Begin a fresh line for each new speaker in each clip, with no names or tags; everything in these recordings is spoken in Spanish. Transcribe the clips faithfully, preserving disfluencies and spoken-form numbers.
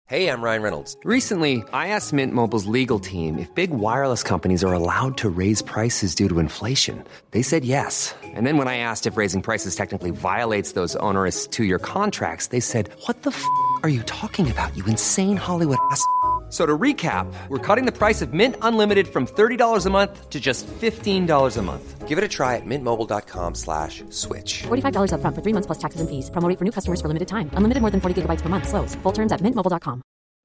Hey, I'm Ryan Reynolds.
Recently, I asked Mint Mobile's legal team if big wireless companies are allowed to raise prices due to inflation. They said yes. And then when I asked if raising prices technically violates those onerous two-year contracts, they said, what the f*** are you talking about, you insane Hollywood ass f- So to recap, we're cutting the price of Mint Unlimited from thirty dollars a month to just fifteen dollars a month.
Give it a try at mintmobile.com slash switch.
forty-five dollars up front for three months plus taxes and fees. Promo rate for new customers for limited time. Unlimited more than forty gigabytes per month. Slows full terms at mint mobile dot com.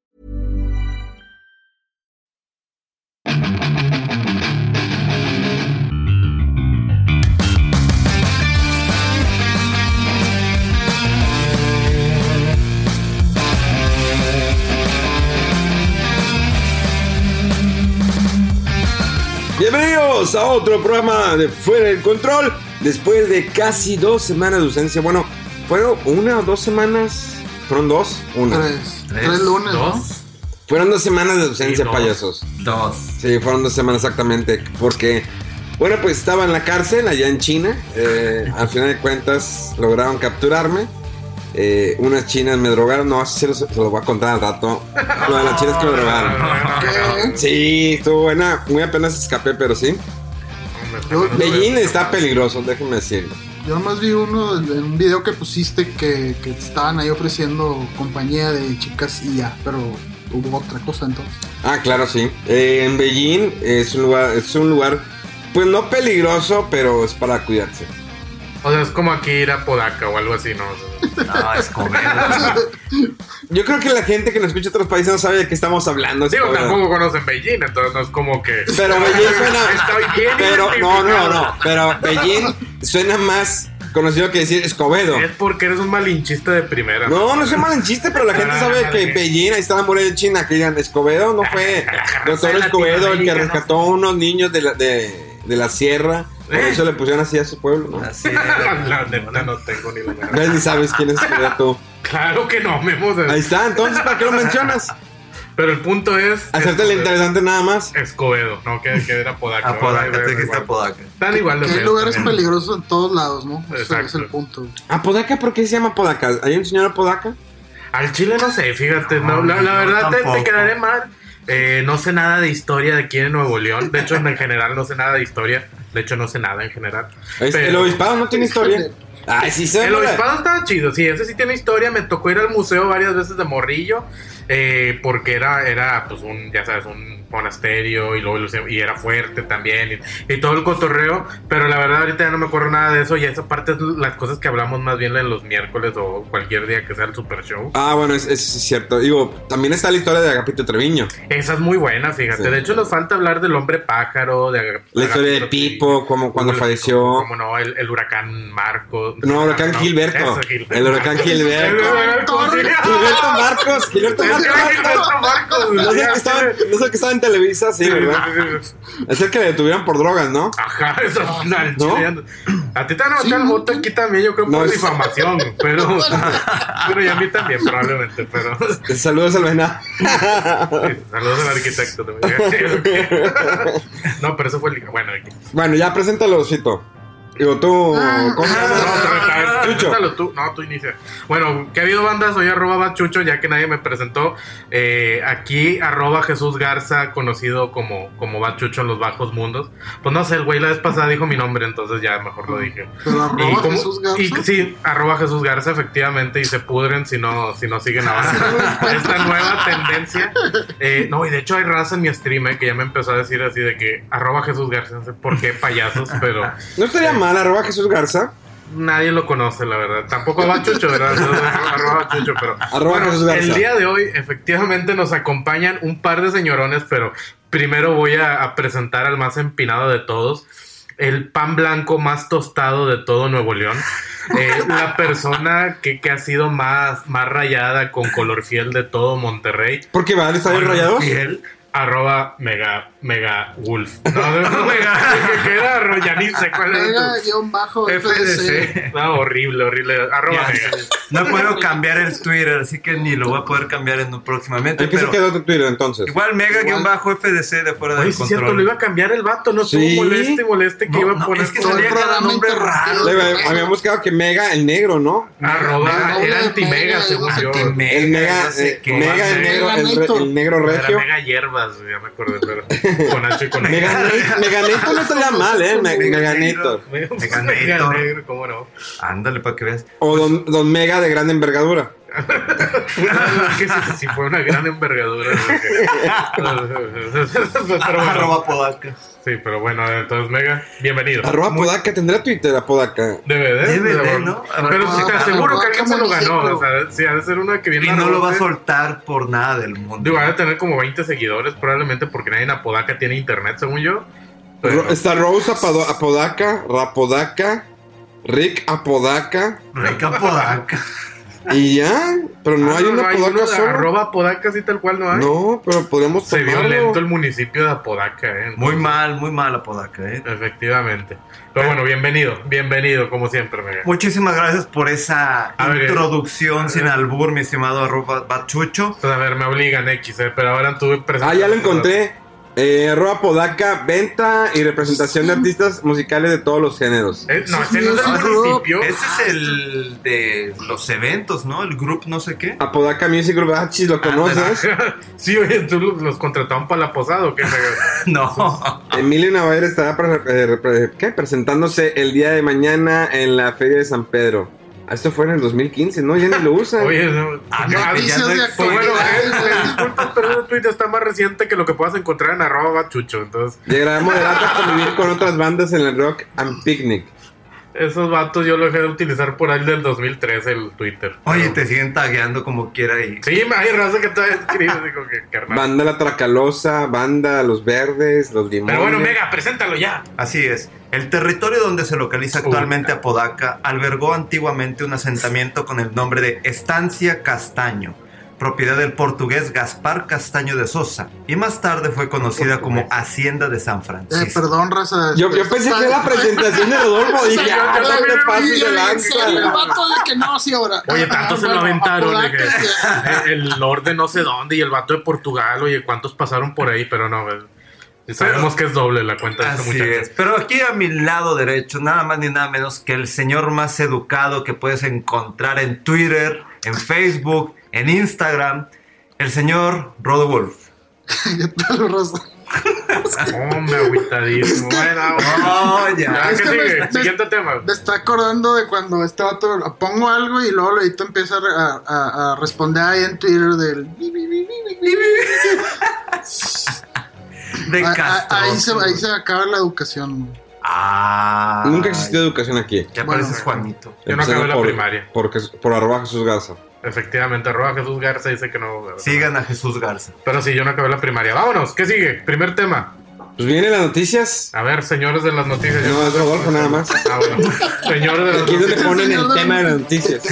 Bienvenidos a otro programa de Fuera del Control. Después de casi dos semanas de ausencia. Bueno, ¿fueron una o dos semanas? ¿Fueron dos? Una.
Tres. Tres, Tres lunes,
¿Dos?
¿no?
Fueron dos semanas de ausencia,
Sí, dos.
payasos.
Dos.
Sí, fueron dos semanas exactamente. Porque, bueno, pues estaba en la cárcel allá en China. Eh, al final de cuentas lograron capturarme. Eh, unas chinas me drogaron. No, así se lo, se lo voy a contar al rato. Lo de las chinas que me drogaron.
¿Qué?
Sí, estuvo buena. Muy apenas escapé, pero sí.
Yo,
Beijing está peligroso, déjenme decirlo.
yo nomás vi uno en un video que pusiste que, que estaban ahí ofreciendo compañía de chicas y ya, pero hubo otra cosa entonces.
Ah, claro, sí. Eh, en Beijing es un lugar, es un lugar, pues no peligroso, pero es para cuidarse.
O sea, es como aquí ir a Podaca o algo así, ¿no? O sea,
No, es comer.
Yo creo que la gente que nos escucha de otros países no sabe de qué estamos hablando.
digo,
Pero-
tampoco conocen Beijing, entonces no es como que...
Pero Beijing suena.
Estoy bien
Pero no, no,
identificado.
no. Pero Beijing suena más conocido que decir Escobedo.
Es porque eres un malinchista de primera.
No, no soy mal en chiste, pero la gente sabe que Beijing, ahí está la muralla de China, que digan Escobedo, no fue doctor Escobedo el que rescató a unos niños de la, de, de la sierra. Por eso le pusieron así a su pueblo, ¿no?
Así es.
La neta no tengo ni la menor.
Ves, ni sabes quién es Escobedo tú.
Claro que no, Memo.
Ahí está, entonces, ¿para qué lo mencionas?
Pero el punto es...
Hacerte lo
Escobedo.
interesante nada más.
Escobedo, no, que, que era Podaca.
Apodaca,
¿verdad?
te dijiste
Igual.
Apodaca.
Están igual de
Que hay
feos
lugares
también.
peligrosos en todos lados, ¿no? Ese
Exacto.
es el punto.
¿Apodaca? ¿Por qué se llama Apodaca? ¿Hay un señor Apodaca?
Al Chile no sé, fíjate, no, la, la
No,
verdad te, te
tampoco.
quedaré mal. Eh, no sé nada de historia de aquí en Nuevo León. De hecho, en general no sé nada de historia. De hecho, no sé nada en general.
Es-
Pero-
El obispado no tiene historia. Ay, sí, se
El obispado estaba chido, sí, ese sí tiene historia. Me tocó ir al museo varias veces de morrillo. Eh, porque era, era pues un, ya sabes, un monasterio y luego lo- y era fuerte también y, y todo el cotorreo, pero la verdad ahorita ya no me acuerdo nada de eso y esa parte es las cosas que hablamos más bien en los miércoles o cualquier día que sea el super show.
Ah, bueno, eso es, es cierto. Digo, también está la historia de Agapito Treviño.
Esa es muy buena, fíjate.
Sí.
De hecho, nos falta hablar del hombre pájaro, de
La historia de Pipo, como cuando falleció.
Como no, el, el huracán Marcos.
No, huracán Gilberto.
Eso, Gilberto.
El huracán Gilberto. Gilberto Marcos. Gilberto
Es que era
Marcos.
Gilberto Marcos.
No es el que estaba, no es el que estaba en Televisa, sí, ¿verdad? Es el que le detuvieron por drogas, ¿no?
Ajá, eso al
¿No?
chile ando- A ti te van a meter el voto aquí también, yo creo
No,
por
es-
difamación, pero, pero y a mí también, probablemente, pero
Saludos al venado.
saludos al arquitecto también. No, pero eso fue el bueno, aquí.
Bueno, ya preséntalo, Cito. Digo, tú. ¿Cómo se
No,
llama?
pero-
Chucho.
preséntalo tú. No, tú inicia. Bueno, que ha habido bandas, soy arroba bachucho, ya que nadie me presentó. Eh, aquí, arroba Jesús Garza, conocido como, como bachucho en los bajos mundos. Pues no sé, el güey la vez pasada dijo mi nombre, entonces ya mejor lo dije.
Pero arroba
como-
Jesús Garza.
y sí, arroba Jesús Garza, efectivamente, y se pudren si no, si no siguen ahora esta nueva tendencia. Eh, no, y de hecho hay raza en mi stream eh, que ya me empezó a decir así de que arroba Jesús Garza, no sé por qué payasos, pero
No estaría mal, arroba Jesús Garza.
nadie lo conoce, la verdad. Tampoco va Chucho, ¿verdad? No, arroba Chucho, pero
Arroba
bueno,
Jesús Garza.
el día de hoy efectivamente nos acompañan un par de señorones, pero primero voy a, a presentar al más empinado de todos. El pan blanco más tostado de todo Nuevo León. Eh, la persona que, que ha sido más, más rayada con color fiel de todo Monterrey.
¿Por qué va al estadio
Color
Rayados?
Fiel, arroba mega Mega Wolf. No, no, no Mega. Que era ya ni sé cuál era.
Mega guión bajo F D C.
No, horrible, horrible. Arroba
Ya,
Mega.
no puedo cambiar el Twitter, así que ni lo voy a poder cambiar en un próximamente.
¿En qué se
pero
quedó tu Twitter entonces?
igual Mega-F D C de fuera
Oye,
del
sí es
control.
cierto, lo iba a cambiar el vato. No estuvo
Sí.
moleste y moleste que
No,
iba a
no,
poner
es que
todo
salía
el
cada
programa
nombre
interrumpido.
raro.
Le- habíamos quedado que Mega, el negro, ¿no?
Arroba,
Mega,
era
Mega,
anti-Mega,
Mega,
según
no sé
yo.
qué,
Mega,
El Mega,
no sé
eh,
qué.
Mega, el negro, el, re-
Meganator.
el negro
Era
regio.
Mega Hierbas, ya me acordé, pero con H y con H.
Meganator Meganator no estaría mal, ¿eh? Me- Meganator.
Mega
Meganator.
Negro, ¿cómo no?
Ándale para que veas.
O don, don Mega de gran envergadura.
Que si, si fue una gran envergadura. Pero bueno.
Arroba Podaca.
Sí, pero bueno, entonces Mega, bienvenido.
Arroba Podaca, tendrá Twitter a Podaca.
Debe de,
Debe de,
pero-
¿no?
Pero
Ah,
si te
ah,
aseguro que
ah,
alguien se lo ganó.
municipio.
O sea, si ha de ser una que viene
Y no lo va a
rebote.
soltar por nada del mundo.
Digo, va a tener como veinte seguidores, probablemente porque nadie en Apodaca tiene internet, según yo. Pero-
Ro- Está Rose Apado- Apodaca, Rapodaca, Rick Apodaca.
Rica Podaca.
Y ya, pero no
Ah,
hay una
hay
Apodaca
uno de
solo.
arroba Apodaca, así tal cual no hay.
No, pero podríamos
Se vio
tomarlo.
lento el municipio de Apodaca, eh.
Muy mal, muy mal a Podaca, ¿eh?
Efectivamente. Pero bueno, bienvenido, bienvenido, como siempre, Mega.
Muchísimas gracias por esa
A ver,
introducción
eh,
sin albur, mi estimado arroba Bachucho.
Pues a ver, me obligan X, eh, pero ahora tuve
Ah,
presentación.
ya lo encontré. Eh, arroba Podaca, venta y representación de artistas musicales de todos los géneros.
Eh, no,
Ese
ese no es
es
el
el group.
municipio.
Ese es el de los eventos, ¿no? El grupo no sé qué.
Apodaca Music Group, ah, chis, ¿lo conoces?
Sí, oye, tú los los contrataron para la posada o qué, Mega.
No.
Emilio Navarre estará pre- eh, repre- ¿qué? presentándose el día de mañana en la Feria de San Pedro. Esto fue en el dos mil quince, ¿no? Ya ni lo usan.
Oye, no,
Ah,
ya-
no,
Noticias
ya no
de
hay-
pues bueno,
actualidad,
eh,
güey.
disculpa, pero ese tweet está más reciente que lo que puedas encontrar en arroba bachucho. Entonces,
Llegará a moderar para convivir con otras bandas en el Rock and Picnic.
esos vatos yo los dejé de utilizar por ahí del dos mil trece el Twitter.
Oye,
Pero-
te siguen tagueando como quiera y...
Sí, me hay raza que todavía escribe, digo que carnal.
Banda La Tracalosa, Banda Los Verdes, Los Limones.
Pero bueno, Mega, preséntalo ya.
Así es. El territorio donde se localiza actualmente
Uy.
Apodaca albergó antiguamente un asentamiento con el nombre de Estancia Castaño, propiedad del portugués Gaspar Castaño de Sosa, y más tarde fue conocida como Hacienda de San
Eh,
Francisco.
perdón, raza.
Yo, yo pensé que era la presentación de Rodolfo. Dije,
yo
ah,
también
no te
lo
pases
vi,
de
yo
lanza.
El vato de que no, sí, ahora.
Oye, tanto
Ah,
se lo
bueno,
aventaron.
Apodaca,
dije,
sí.
el Lord de no sé dónde y el vato de Portugal. Oye, ¿cuántos pasaron por ahí? Pero no, pues, sabemos que es doble la cuenta de este
Así
muchacho.
es. Pero aquí a mi lado derecho, nada más ni nada menos que el señor más educado que puedes encontrar en Twitter, en Facebook, en Instagram, el señor Rodo Wolf.
¿Qué tal, raza?
Hombre, agüitadísimo. Bueno,
Oh,
ya,
ya.
Es
¿qué
que me-
sigue?
me-
Siguiente tema.
Me está acordando de cuando este vato pongo algo y luego Lorito empieza a, a- a responder ahí en Twitter del.
De
A- a-
Castro.
ahí, se, ahí se acaba la educación.
Ah.
Nunca existió educación aquí.
Ya
Bueno.
pareces Juanito.
Yo no acabé la
por,
primaria.
Porque, por arroba Jesús Garza.
Efectivamente, arroba Jesús Garza dice que no.
Sigan a Jesús Garza.
Pero sí, yo no acabé la primaria. Vámonos, ¿qué sigue? Primer tema.
Pues vienen las noticias.
A ver, señores de las noticias.
No, es Rodolfo nada más.
Ah, bueno. Señores de las
Aquí es donde
noticias.
ponen el tema de las noticias.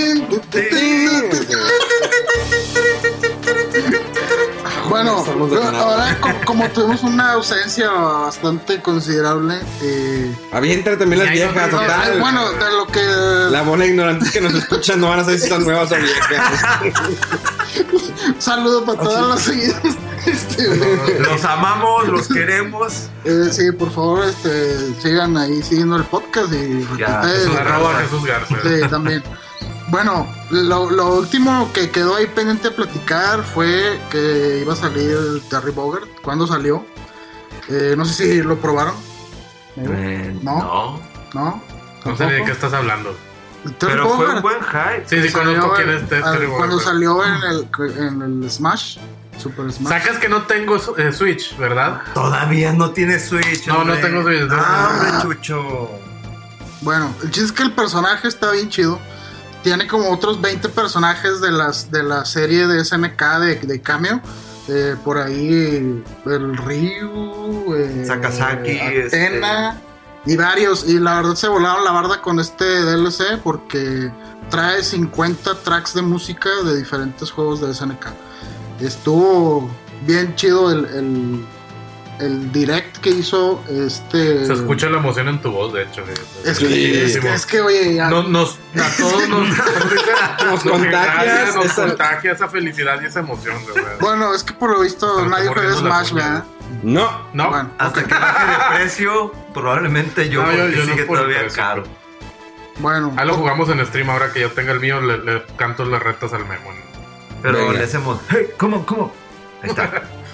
Bueno,
Estamos de ganado.
ahora co- como tuvimos una ausencia bastante considerable, eh,
Avientan también las
Y ahí
viejas,
no-
eh,
total.
bueno, de lo que
La bola de ignorantes que nos escuchan no van a saber si son nuevas o viejas.
un saludo para todas las seguidas. Este, güey.
Los amamos, los queremos.
Eh, sí, por favor, este, sigan ahí siguiendo el podcast y
Ya,
repite-
Jesús
Arroba Jesús Garza.
Sí, también. Bueno, lo, lo último que quedó ahí pendiente de platicar fue que iba a salir el Terry Bogard. ¿Cuándo salió? Eh, no sé si lo probaron.
Eh,
No. ¿No?
No sé ni de
¿Tampoco?
qué estás hablando.
El Terry
Pero fue
Bogard
un buen hype.
Sí, sí,
salió
conozco quién
en-
es este
al-
Terry
Cuando
Bogard.
salió en el, en el Smash, Super Smash.
Sacas que no tengo eh, Switch, ¿verdad?
Todavía no tiene Switch.
No,
hombre.
no tengo Switch.
Ah, hombre, Chucho.
Bueno, el chiste es que el personaje está bien chido. Tiene como otros veinte personajes de las de la serie de S N K de, de Cameo. Eh, por ahí el Ryu, eh,
Sakazaki,
Athena y varios. Y la verdad se volaron la barda con este D L C porque trae cincuenta tracks de música de diferentes juegos de S N K. Estuvo bien chido el, el, el direct que hizo este...
Se escucha la emoción en tu voz, de hecho.
Es que, es que, es que oye, ya...
Nos, nos, a todos nos,
nos contagias,
nos
esa...
contagia esa felicidad y esa emoción, de verdad.
Bueno, es que por lo visto
Estamos
nadie juega Smash, ¿verdad?
No,
no.
Bueno,
hasta
okay.
que baje de precio, probablemente yo,
no, yo,
porque
yo
sigue
no
todavía
precio.
caro.
Bueno.
Ahí lo jugamos en stream, ahora que yo tenga el mío, le, le canto las retas al Memo.
Pero
Venga.
le hacemos, hey, ¿cómo, cómo? Ahí está.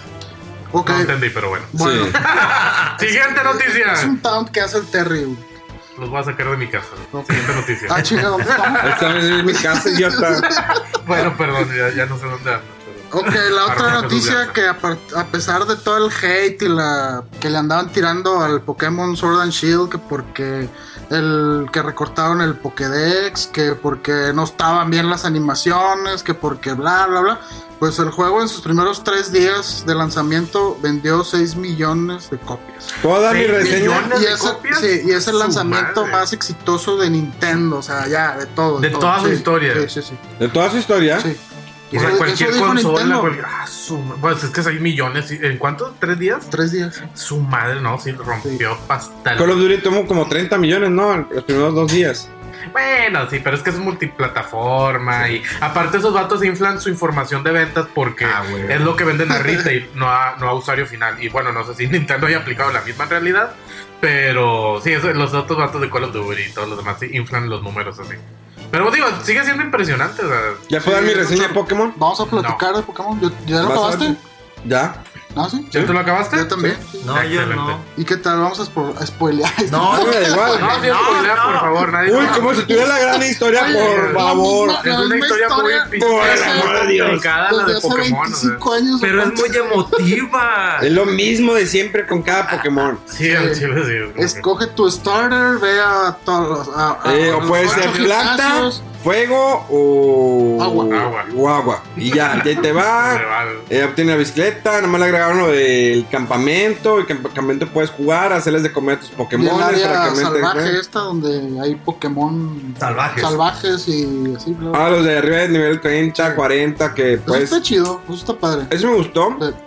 Ok.
No entendí, pero bueno.
Bueno.
Sí.
Siguiente noticia.
Es un taunt que hace el Terry, güey.
Los voy a sacar de mi casa.
Ok.
Siguiente noticia.
Ah, chinga, ¿dónde estamos?
Esta en mi casa, idiota.
Bueno, perdón, ya, ya no sé dónde ando. pero-
Ok, la otra
Arroja
noticia
Jesús
que a, par- a pesar de todo el hate y la que le andaban tirando al Pokémon Sword and Shield, que porque el que recortaron el Pokédex, que porque no estaban bien las animaciones, que porque bla bla bla, pues el juego en sus primeros tres días de lanzamiento vendió seis millones de copias.
¿Puedo dar mi
¿Seis
reseña?
millones?
Y
de
es,
copias?
sí, y es el
Su
lanzamiento
madre.
más exitoso de Nintendo, o sea, ya, de todo.
De
todo,
toda su
sí,
historia.
Sí, sí, sí.
De toda su historia.
sí.
O sea,
Eso-
cualquier
eso dijo
consola,
Nintendo.
cualquier- ah, su... Pues es que hay millones. ¿En cuántos? ¿Tres días?
Tres días.
Su madre, no, sí, rompió pastel.
Call of Duty tomó como treinta millones, ¿no? Los primeros dos días.
Bueno, sí, pero es que es multiplataforma y aparte esos vatos inflan su información de ventas porque
Ah, güey.
es lo que venden a retail, no a, no a usuario final. Y bueno, no sé si Nintendo haya aplicado la misma en realidad, pero sí, eso, los otros vatos de Call of Duty y todos los demás sí inflan los números así. Pero digo, sigue siendo impresionante. O sea,
¿Ya puedo dar mi reseña de Pokémon?
Vamos a platicar de Pokémon. ¿Ya, ya lo
¿Vas a-
acabaste?
¿Ya?
¿Ah, sí?
¿ya tú lo acabaste?
Yo también. sí.
No, yo
Excelente.
no.
¿Y qué tal? Vamos a, spo- a spoilear.
No,
No, me da igual.
No, sí,
No,
spoilea,
no.
por favor, nadie.
Uy,
no.
como si tuviera la gran historia,
Oye,
por
la
favor.
misma-
Es una
misma
historia muy
historia
Por el amor de Dios.
complicada la de
desde hace
Pokémon. o sea.
veinticinco años.
Pero es
¿no?
muy emotiva.
Es lo mismo de siempre con cada Pokémon.
Sí, al chile sí. es como que-
Escoge tu starter, ve a todos. a- a-
Eh,
a
o
los
puede
ocho
ser planta,
gimnasios.
fuego o
Agua.
Agua.
o agua. Y ya, ya te
Me
va.
vale.
Eh, obtiene la bicicleta, nomás le agregaron lo del campamento. El campamento puedes jugar, hacerles de comer a tus
Y
Pokémon.
el área
para que aumenten-
salvaje esta donde hay Pokémon
Salvajes.
salvajes y así. bla, bla.
Ah, los de arriba del nivel treinta, cuarenta, que
Eso
pues.
está chido, eso está padre.
Eso me gustó.
Sí.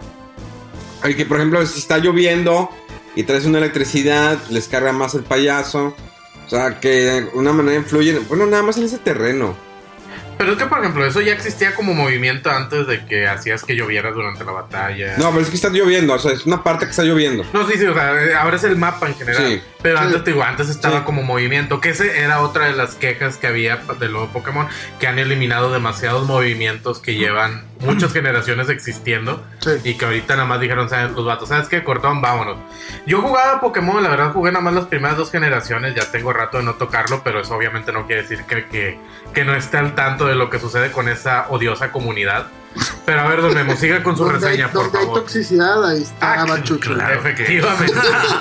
El que, por ejemplo, si está lloviendo y traes una electricidad, les carga más el payaso. O sea, que de una manera influye. Bueno, nada más en ese terreno.
Pero es que, por ejemplo, eso ya existía como movimiento antes de que hacías que lloviera durante la batalla.
No, pero es que está lloviendo. O sea, es una parte que está lloviendo.
No, sí, sí, o sea, ahora es el mapa en general.
Sí.
Pero
Sí.
antes, te digo, antes estaba
Sí.
como movimiento, que ese era otra de las quejas que había del nuevo Pokémon, que han eliminado demasiados movimientos que llevan muchas generaciones existiendo
Sí.
y que ahorita nada más dijeron, ¿sabes? Los vatos, ¿sabes qué? Cortón, vámonos. Yo jugaba Pokémon, la verdad jugué nada más las primeras dos generaciones, ya tengo rato de no tocarlo, pero eso obviamente no quiere decir que, que, que no esté al tanto de lo que sucede con esa odiosa comunidad. Pero a ver, don Memo, siga con su
Donde hay,
reseña, por
donde hay
favor.
toxicidad, ahí está
Ah,
Bachucho.
claro, efectivamente.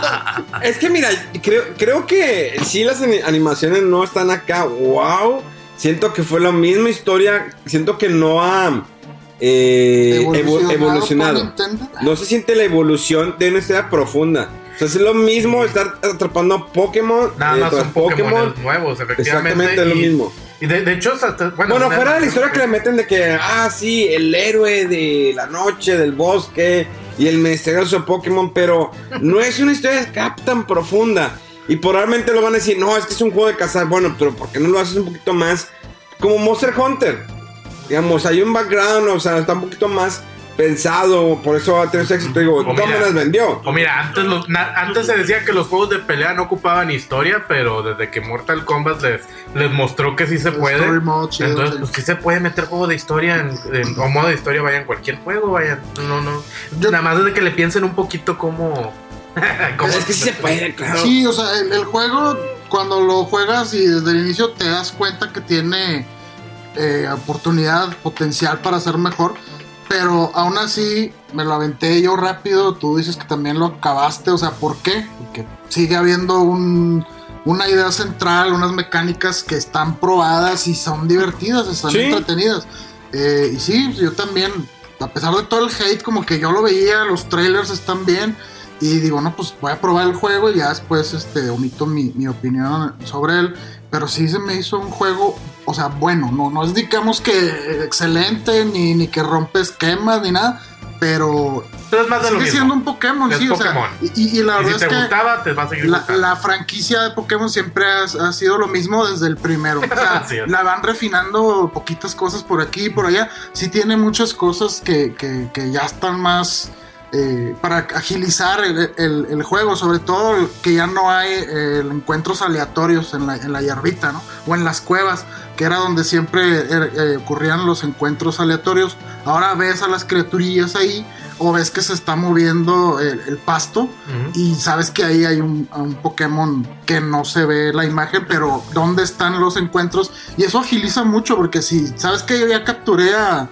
Es que mira, creo, creo que sí las ani- animaciones no están acá. ¡Wow! Siento que fue la misma historia. Siento que no ha eh, evo- evolucionado.
por Nintendo.
No se siente la evolución de una historia profunda. O sea, es lo mismo estar atrapando Pokémon.
Nada
eh,
más
tras
son Pokémon nuevos, efectivamente.
Exactamente lo
y-
mismo.
Y de, de hecho, hasta, bueno,
Bueno,
una-
fuera de la historia que le meten de que, ah, sí, el héroe de la noche, del bosque y el misterioso Pokémon, pero no es una historia acá tan profunda. Y probablemente lo van a decir, no, es que es un juego de cazar. Bueno, pero ¿por qué no lo haces un poquito más como Monster Hunter? Digamos, hay un background, o sea, está un poquito más pensado, por eso va a tener ese éxito. Digo,
O
¿cómo
mira,
las vendió?
O mira, antes, los- na- antes se decía que los juegos de pelea no ocupaban historia, pero desde que Mortal Kombat les, les mostró que sí se
El
puede,
story mode, chido,
entonces
sí.
pues sí se puede meter juego de historia en, en- o modo de historia, vaya en cualquier juego, vaya, no, no,
Yo-
nada más desde que le piensen un poquito cómo... cómo
Es que sí se puede, claro.
Sí, o sea, el, el juego, cuando lo juegas y desde el inicio te das cuenta que tiene eh, oportunidad, potencial para ser mejor, pero aún así me lo aventé yo rápido. Tú dices que también lo acabaste, o sea, ¿por qué? Porque sigue habiendo un, una idea central, unas mecánicas que están probadas y son divertidas, están
Sí.
entretenidas. Eh, y sí, yo también, a pesar de todo el hate, como que yo lo veía, los trailers están bien. Y digo, no, pues voy a probar el juego y ya después este, omito mi, mi opinión sobre él. Pero sí se me hizo un juego, o sea, bueno, no, no es digamos que excelente, ni, ni que rompe esquemas, ni nada. Pero
Pero es más de lo
sigue
mismo.
siendo un Pokémon,
Es
sí,
Pokémon.
o sea, y, y la
Y
verdad
si
es
te
que
gustaba, te va a seguir
la,
gustando.
la franquicia de Pokémon siempre ha, ha sido lo mismo desde el primero. O sea,
Sí, es.
la van refinando poquitas cosas por aquí y por allá. Sí tiene muchas cosas que, que, que ya están más eh, para agilizar el, el, el juego, sobre todo que ya no hay eh, encuentros aleatorios en la, en la hierbita, ¿no? O en las cuevas, que era donde siempre eh, ocurrían los encuentros aleatorios. Ahora ves a las criaturillas ahí, o ves que se está moviendo el, el pasto, uh-huh. y sabes que ahí hay un, un Pokémon que no se ve la imagen, pero dónde están los encuentros, y eso agiliza mucho, porque si sabes que yo ya capturé a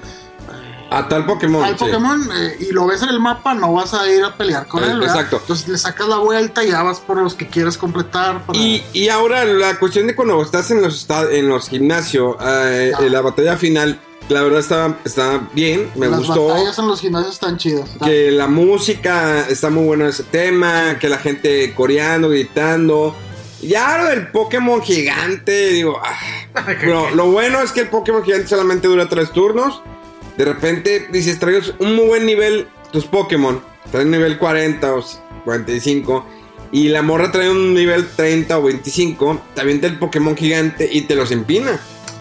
a tal Pokémon,
al
sí.
Pokémon eh, y lo ves en el mapa, no vas a ir a pelear con
eh,
él, ¿verdad?
Exacto.
Entonces le sacas la vuelta y ya vas por los que quieres completar para...
y, y ahora la cuestión de cuando estás en los, en los gimnasios, eh, ah. en la batalla final, la verdad está, está bien, me
Las
gustó.
Las batallas en los gimnasios están chidas.
Que la música está muy buena, ese tema, que la gente coreando, gritando. Ya lo del Pokémon gigante, digo, ah, pero lo bueno es que el Pokémon gigante solamente dura tres turnos. De repente dices, traes un muy buen nivel tus Pokémon, traes un nivel cuarenta o cuarenta y cinco, y la morra trae un nivel treinta o veinticinco, te avienta el Pokémon gigante y te los empina.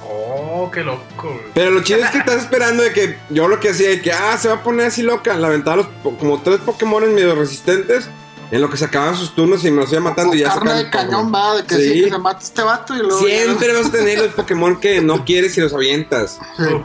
Oh, qué loco.
Pero lo chido es que estás esperando de que yo lo que hacía de que, ah, se va a poner así loca, la aventaba los, como tres Pokémon medio resistentes, en lo que se acababan sus turnos y me los iba matando.
Como
y ya
carne de cañón, va, de que sí, sí, que se mata este vato y luego...
Siempre
ya...
vas a tener los Pokémon que no quieres y los avientas.
Sí.
Uh.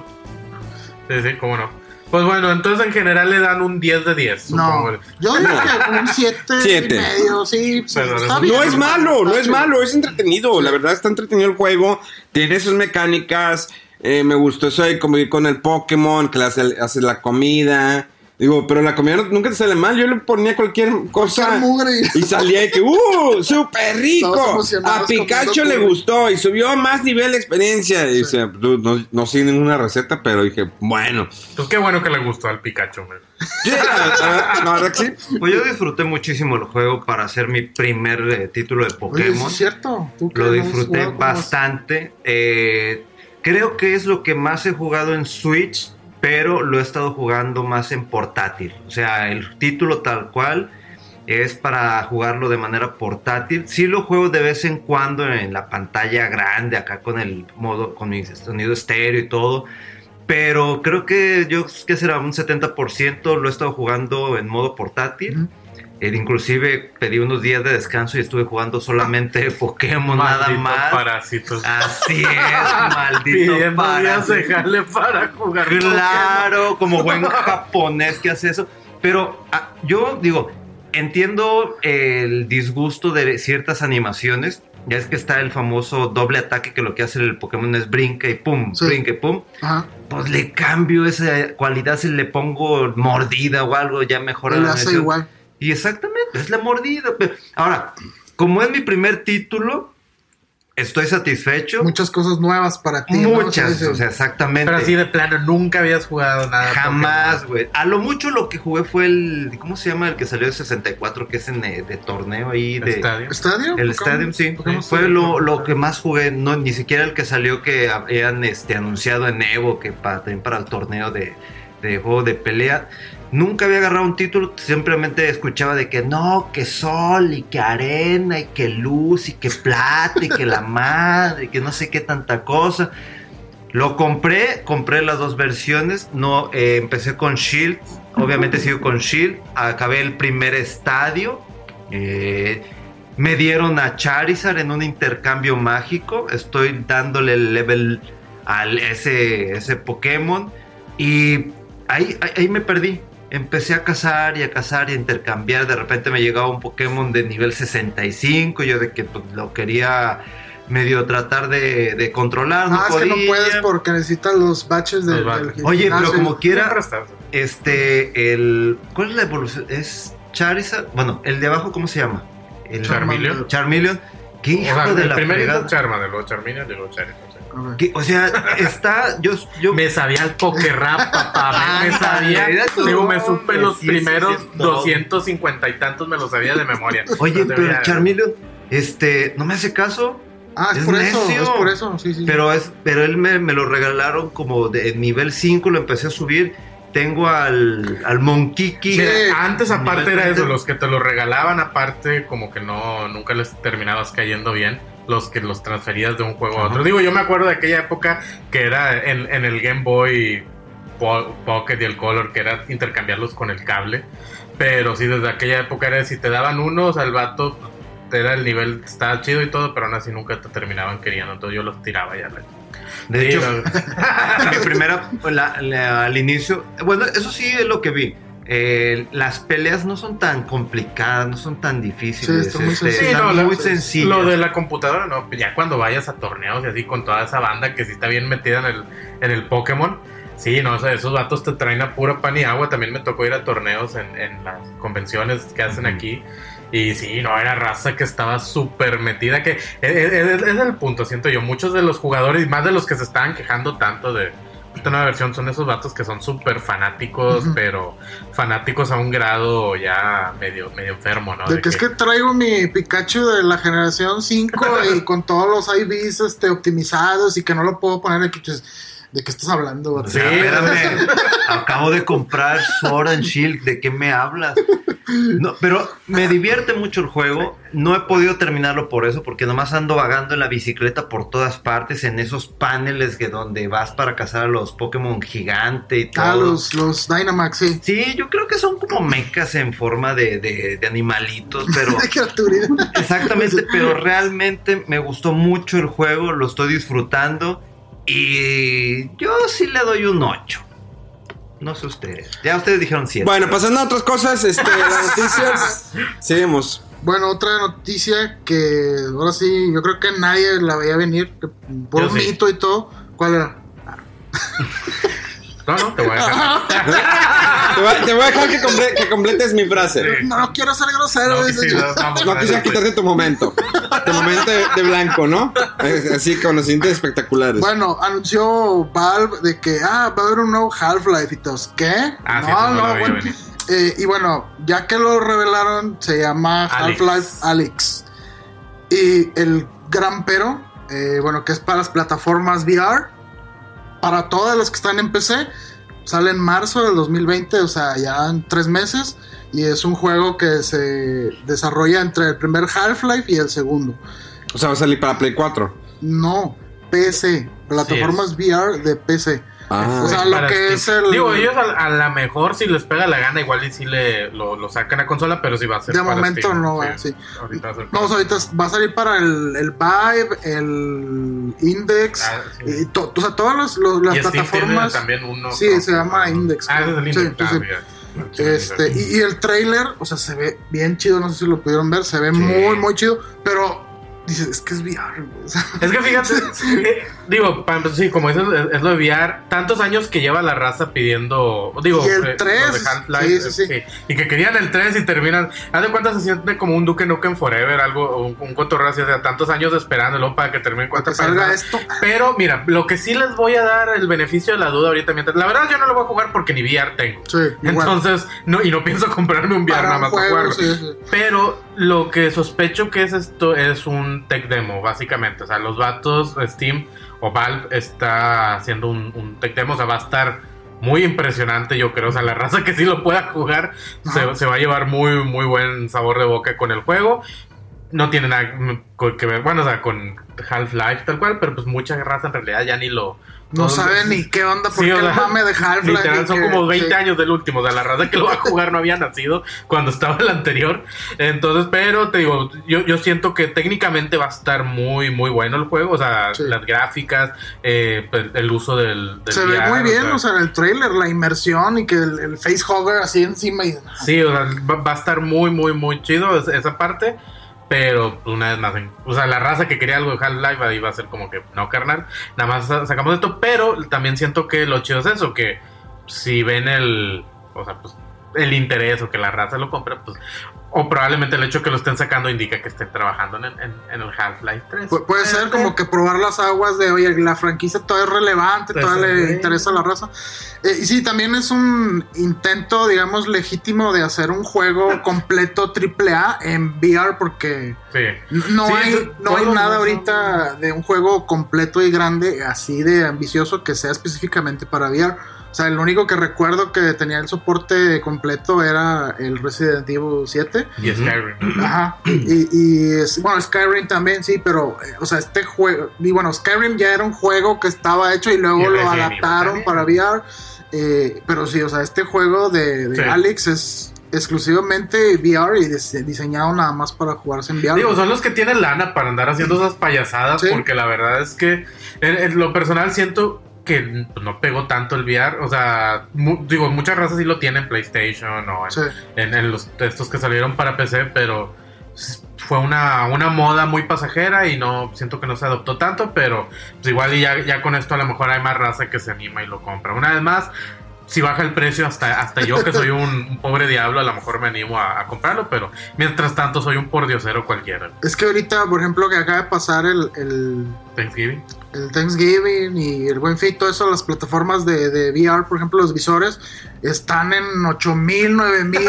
Sí, sí, cómo no. Pues bueno, entonces en general le dan un diez de diez.
No,
supongo.
yo diría que un siete y medio, sí. Pues,
pero
está
no,
bien,
no es malo, no es
sí.
malo, es entretenido. La verdad está entretenido el juego. Tiene sus mecánicas. Eh, me gustó eso de convivir con el Pokémon, que le hace, hace la comida. Digo, pero la comida no, nunca te sale mal. Yo le ponía cualquier cosa
cualquier mugre y...
y salía de que, ¡uh! ¡Súper rico! A Pikachu le gustó y subió más nivel de experiencia. Y sí. Dice, no, no sigue ninguna receta, pero dije, bueno.
Pues qué bueno que le gustó al Pikachu, man.
Sí, la verdad que sí.
Pues yo disfruté muchísimo el juego para hacer mi primer eh, título de Pokémon.
Oye, es cierto. ¿Tú
Lo disfruté bastante. Eh, creo que es lo que más he jugado en Switch, pero lo he estado jugando más en portátil. O sea, el título tal cual es para jugarlo de manera portátil. Sí lo juego de vez en cuando en la pantalla grande, acá con el modo, con mi sonido estéreo y todo. Pero creo que yo, que será un setenta por ciento lo he estado jugando en modo portátil. Uh-huh. Eh, inclusive pedí unos días de descanso y estuve jugando solamente Pokémon, nada más.
Parásitos.
Así es, maldito parásito.
Dejarle para jugar.
Claro, Pokémon. Como buen japonés que hace eso. Pero ah, yo digo, entiendo el disgusto de ciertas animaciones. Ya es que está el famoso doble ataque, que lo que hace el Pokémon es brinca y pum, sí. brinca y pum. Ajá. Pues le cambio esa cualidad, si le pongo mordida o algo, ya mejora la
animación. Igual.
Y exactamente, es la mordida. Ahora, como es mi primer título, estoy satisfecho.
Muchas cosas nuevas para ti.
Muchas,
¿no?
o sea, exactamente.
Pero así de plano, nunca habías jugado nada.
Jamás, güey. A lo mucho lo que jugué fue el... ¿Cómo se llama? El que salió de sesenta y cuatro, que es en, de, de torneo ahí. De,
¿Estadio?
¿Estadio?
El Stadium, sí. Fue lo, lo que más jugué. No, ni siquiera el que salió que habían este, anunciado en Evo, que para, también para el torneo de, de juego de pelea. Nunca había agarrado un título, simplemente escuchaba de que no, que sol y que arena y que luz y que plata y que la madre y que no sé qué tanta cosa. Lo compré, compré las dos versiones, no eh, empecé con Shield, obviamente sigo con Shield, acabé el primer estadio, eh, me dieron a Charizard en un intercambio mágico, estoy dándole el level a ese, ese Pokémon y ahí, ahí, ahí me perdí. Empecé a cazar y a cazar y a intercambiar. De repente me llegaba un Pokémon de nivel sesenta y cinco. Yo de que pues, lo quería medio tratar de, de controlar. No
ah,
podía.
Es que no puedes porque necesitas los baches del,
los
del
Oye, pero como quiera,
estás?
este, el... ¿Cuál es la evolución? ¿Es Charizard? Bueno, el de abajo, ¿cómo se llama? El
Charmeleon.
Charmeleon. ¿Qué hijo
o sea,
de
el
la
primerito Charmander, luego Charmeleon y luego Charizard.
¿Qué? O sea, está... Yo, yo...
Me sabía el Pokerap, papá. Me sabía... Digo, me supe los sí, primeros sí, sí, doscientos cincuenta y tantos, me los sabía de memoria.
Oye, pero el Charmeleon, este, no me hace caso.
Ah, es, es por necio. eso, es por eso, sí, sí.
Pero, es, pero él me, me lo regalaron como de nivel cinco, lo empecé a subir tengo al, al Monkiki.
Sí, antes aparte
Nivel
era eso,
treinta.
los que te lo regalaban aparte como que no, nunca les terminabas cayendo bien, los que los transferías de un juego a otro. Digo, yo me acuerdo de aquella época que era en, en el Game Boy Po- Pocket y el Color, que era intercambiarlos con el cable, pero sí, desde aquella época era si te daban uno, o sea, el vato era el nivel, estaba chido y todo, pero aún así nunca te terminaban queriendo, entonces yo los tiraba ya.
De
Sí,
hecho,
no.
mi primera, la- la- al inicio, bueno, eso sí es lo que vi. Eh, las peleas no son tan complicadas, no son tan difíciles.
Sí, están muy
este,
sencillas.
están
Sí, no,
muy
la-
sencillas.
Lo de la computadora, no, ya cuando vayas a torneos y así con toda esa banda que sí está bien metida en el, en el Pokémon, sí, no, o sea, esos vatos te traen a pura pan y agua. También me tocó ir a torneos en, en las convenciones que hacen aquí. Y sí, no, era raza que estaba súper metida, que es, es- es- es el punto, siento yo. Muchos de los jugadores, y más de los que se estaban quejando tanto de esta nueva versión, son esos vatos que son súper fanáticos,
Ujú.
pero fanáticos a un grado ya medio, medio enfermo, ¿no?
De que es que traigo mi Pikachu de la generación cinco y con todos los I Vs este, optimizados y que no lo puedo poner aquí. Pues, ¿de qué estás hablando?
O
vato?
sea,
Sí,
espérame, acabo de comprar Sword and Shield, ¿de qué me hablas? No, pero me divierte mucho el juego. No he podido terminarlo por eso, porque nomás ando vagando en la bicicleta por todas partes, en esos paneles que donde vas para cazar a los Pokémon gigante y todo.
Ah, los, los Dynamax, sí.
Sí, yo creo que son como mechas en forma de, de, de animalitos, pero
De criaturita.
exactamente, pero realmente me gustó mucho el juego, lo estoy disfrutando y yo sí le doy un ocho. No sé ustedes. Ya ustedes dijeron siete.
Bueno, pasando a otras cosas, este, las noticias. Seguimos.
Bueno, otra noticia que ahora sí, yo creo que nadie la veía venir, que por
Yo
un
sí.
mito y todo. ¿Cuál era?
No, no, te voy a dejar.
Te voy, a- te voy a dejar que, comple- que completes mi frase.
Sí.
No, no quiero ser grosero.
No, que
dice
sí,
yo.
no, vamos
No
a
quisiera
ver,
quitarte tu momento. Tu momento de, de blanco, ¿no? Así con los siguientes espectaculares.
Bueno, anunció Valve de que ah, va a haber un nuevo Half-Life y todos. ¿Qué?
Ah, sí, eso no lo veía
bueno.
venir.
Eh, y bueno, ya que lo revelaron, se llama
Alex.
Half-Life Alyx. Y el gran pero, eh, bueno, que es para las plataformas V R, para todas las que están en P C, sale en marzo del dos mil veinte, o sea, ya en tres meses. Y es un juego que se desarrolla entre el primer Half-Life y el segundo.
O sea, va a salir para Play cuatro.
No, P C, plataformas V R de P C.
Ah.
O sea,
Para
lo que
Steam.
es el...
Digo, ellos a, a lo mejor si les pega la gana, igual y si le, lo, lo sacan a consola, pero si va a ser
De
para
momento
Steam,
no va, sí.
Ahorita va a ser
No,
para-
o sea, ahorita va a salir para el, el Vive, el Index,
Ah, sí.
y to- o sea, todas los- los- las
Y Steam tiene
plataformas.
también uno.
Sí,
¿no?
se llama Index.
Ah, ese es el
Sí,
Index.
sí,
Ah,
sí.
mira.
Este, y, y el trailer, o sea, se ve bien chido, no sé si lo pudieron ver, se ve muy, muy chido, pero dices, es que es V R, güey, o sea,
Es que fíjate, eh, digo, pa- sí, como dices, es, es lo de V R, tantos años que lleva la raza pidiendo, digo,
Y el
eh,
tres,
los de Half-Life,
sí, sí, sí.
eh, y que querían el tres y terminan, haz de cuenta se siente como un Duke Nukem Forever, algo, un, un cotorreo así, o sea, tantos años esperándolo para que termine
para
cuatro
que salga esto.
Pero mira, lo que sí les voy a dar el beneficio de la duda ahorita, mientras, la verdad yo no lo voy a jugar porque ni V R tengo.
Sí, igual.
Entonces, no, y no pienso comprarme un V R
Para
nada
un
más para
juego,
jugarlo.
sí, sí.
Pero lo que sospecho que es esto es un tech demo, básicamente. O sea, los vatos, Steam o Valve está haciendo un, un tech demo. O sea, va a estar muy impresionante, yo creo. O sea, la raza que sí lo pueda jugar se, se va a llevar muy, muy buen sabor de boca con el juego. No tiene nada que ver, bueno, o sea, con Half-Life tal cual, pero pues mucha raza en realidad ya ni lo...
No saben ni qué onda, porque
Sí, o
el
sea,
mame de Half-Life.
literal,
y
son
que-
como veinte
sí.
años del último. O sea, la raza que lo va a jugar no había nacido cuando estaba el anterior. Entonces, pero te digo, yo, yo siento que técnicamente va a estar muy, muy bueno el juego. O sea,
Sí.
las gráficas, eh, pues, el uso del, del
Se ve
V R,
muy bien, o sea, en el trailer, la inmersión y que el, el facehugger así encima. Y,
Sí, o sea, va, va a estar muy, muy, muy chido es- esa parte. Pero una vez más, en- o sea, la raza que quería algo de Half-Life ahí va a ser como que no, carnal. Nada más sa- sacamos esto, pero también siento que lo chido es eso, que si ven el, o sea, pues el interés o que la raza lo compre, pues, o probablemente el hecho que lo estén sacando indica que estén trabajando en, en, en el Half-Life tres.
Pu- puede ser como que probar las aguas de, oye, la franquicia todavía es relevante,
Pues,
todavía le
sí.
interesa a la raza. Eh, y sí, también es un intento, digamos, legítimo de hacer un juego completo triple A en V R porque
Sí.
no
Sí,
hay,
entonces,
no hay
todos
nada
no son-
ahorita de un juego completo y grande, así de ambicioso, que sea específicamente para V R. O sea, el único que recuerdo que tenía el soporte completo era el Resident Evil siete.
Y Skyrim.
Ajá. Y, y es, bueno, Skyrim también, sí, pero, eh, o sea, este juego, y bueno, Skyrim ya era un juego que estaba hecho y luego
Y
lo
Resident
adaptaron
Evil
para V R. Eh, pero sí, o sea, este juego de, de
Sí.
Alex es exclusivamente V R y dise- diseñado nada más para jugarse en V R.
Digo, son los que tienen lana para andar haciendo esas payasadas,
Sí.
porque la verdad es que en, en lo personal siento que no pegó tanto el V R. O sea, mu- digo, muchas razas sí lo tienen en PlayStation o en,
Sí.
en, en los estos que salieron para P C, pero fue una, una moda muy pasajera y no siento que no se adoptó tanto, pero pues igual y ya, ya con esto a lo mejor hay más raza que se anima y lo compra. Una vez más, si baja el precio, hasta, hasta yo que soy un, un pobre diablo, a lo mejor me animo a, a comprarlo, pero mientras tanto soy un pordiosero cualquiera.
Es que ahorita, por ejemplo, que acaba de pasar el, el,
Thanksgiving.
el Thanksgiving y el Buen Fin, todo eso, las plataformas de, de V R, por ejemplo, los visores, están en ocho mil, nueve mil,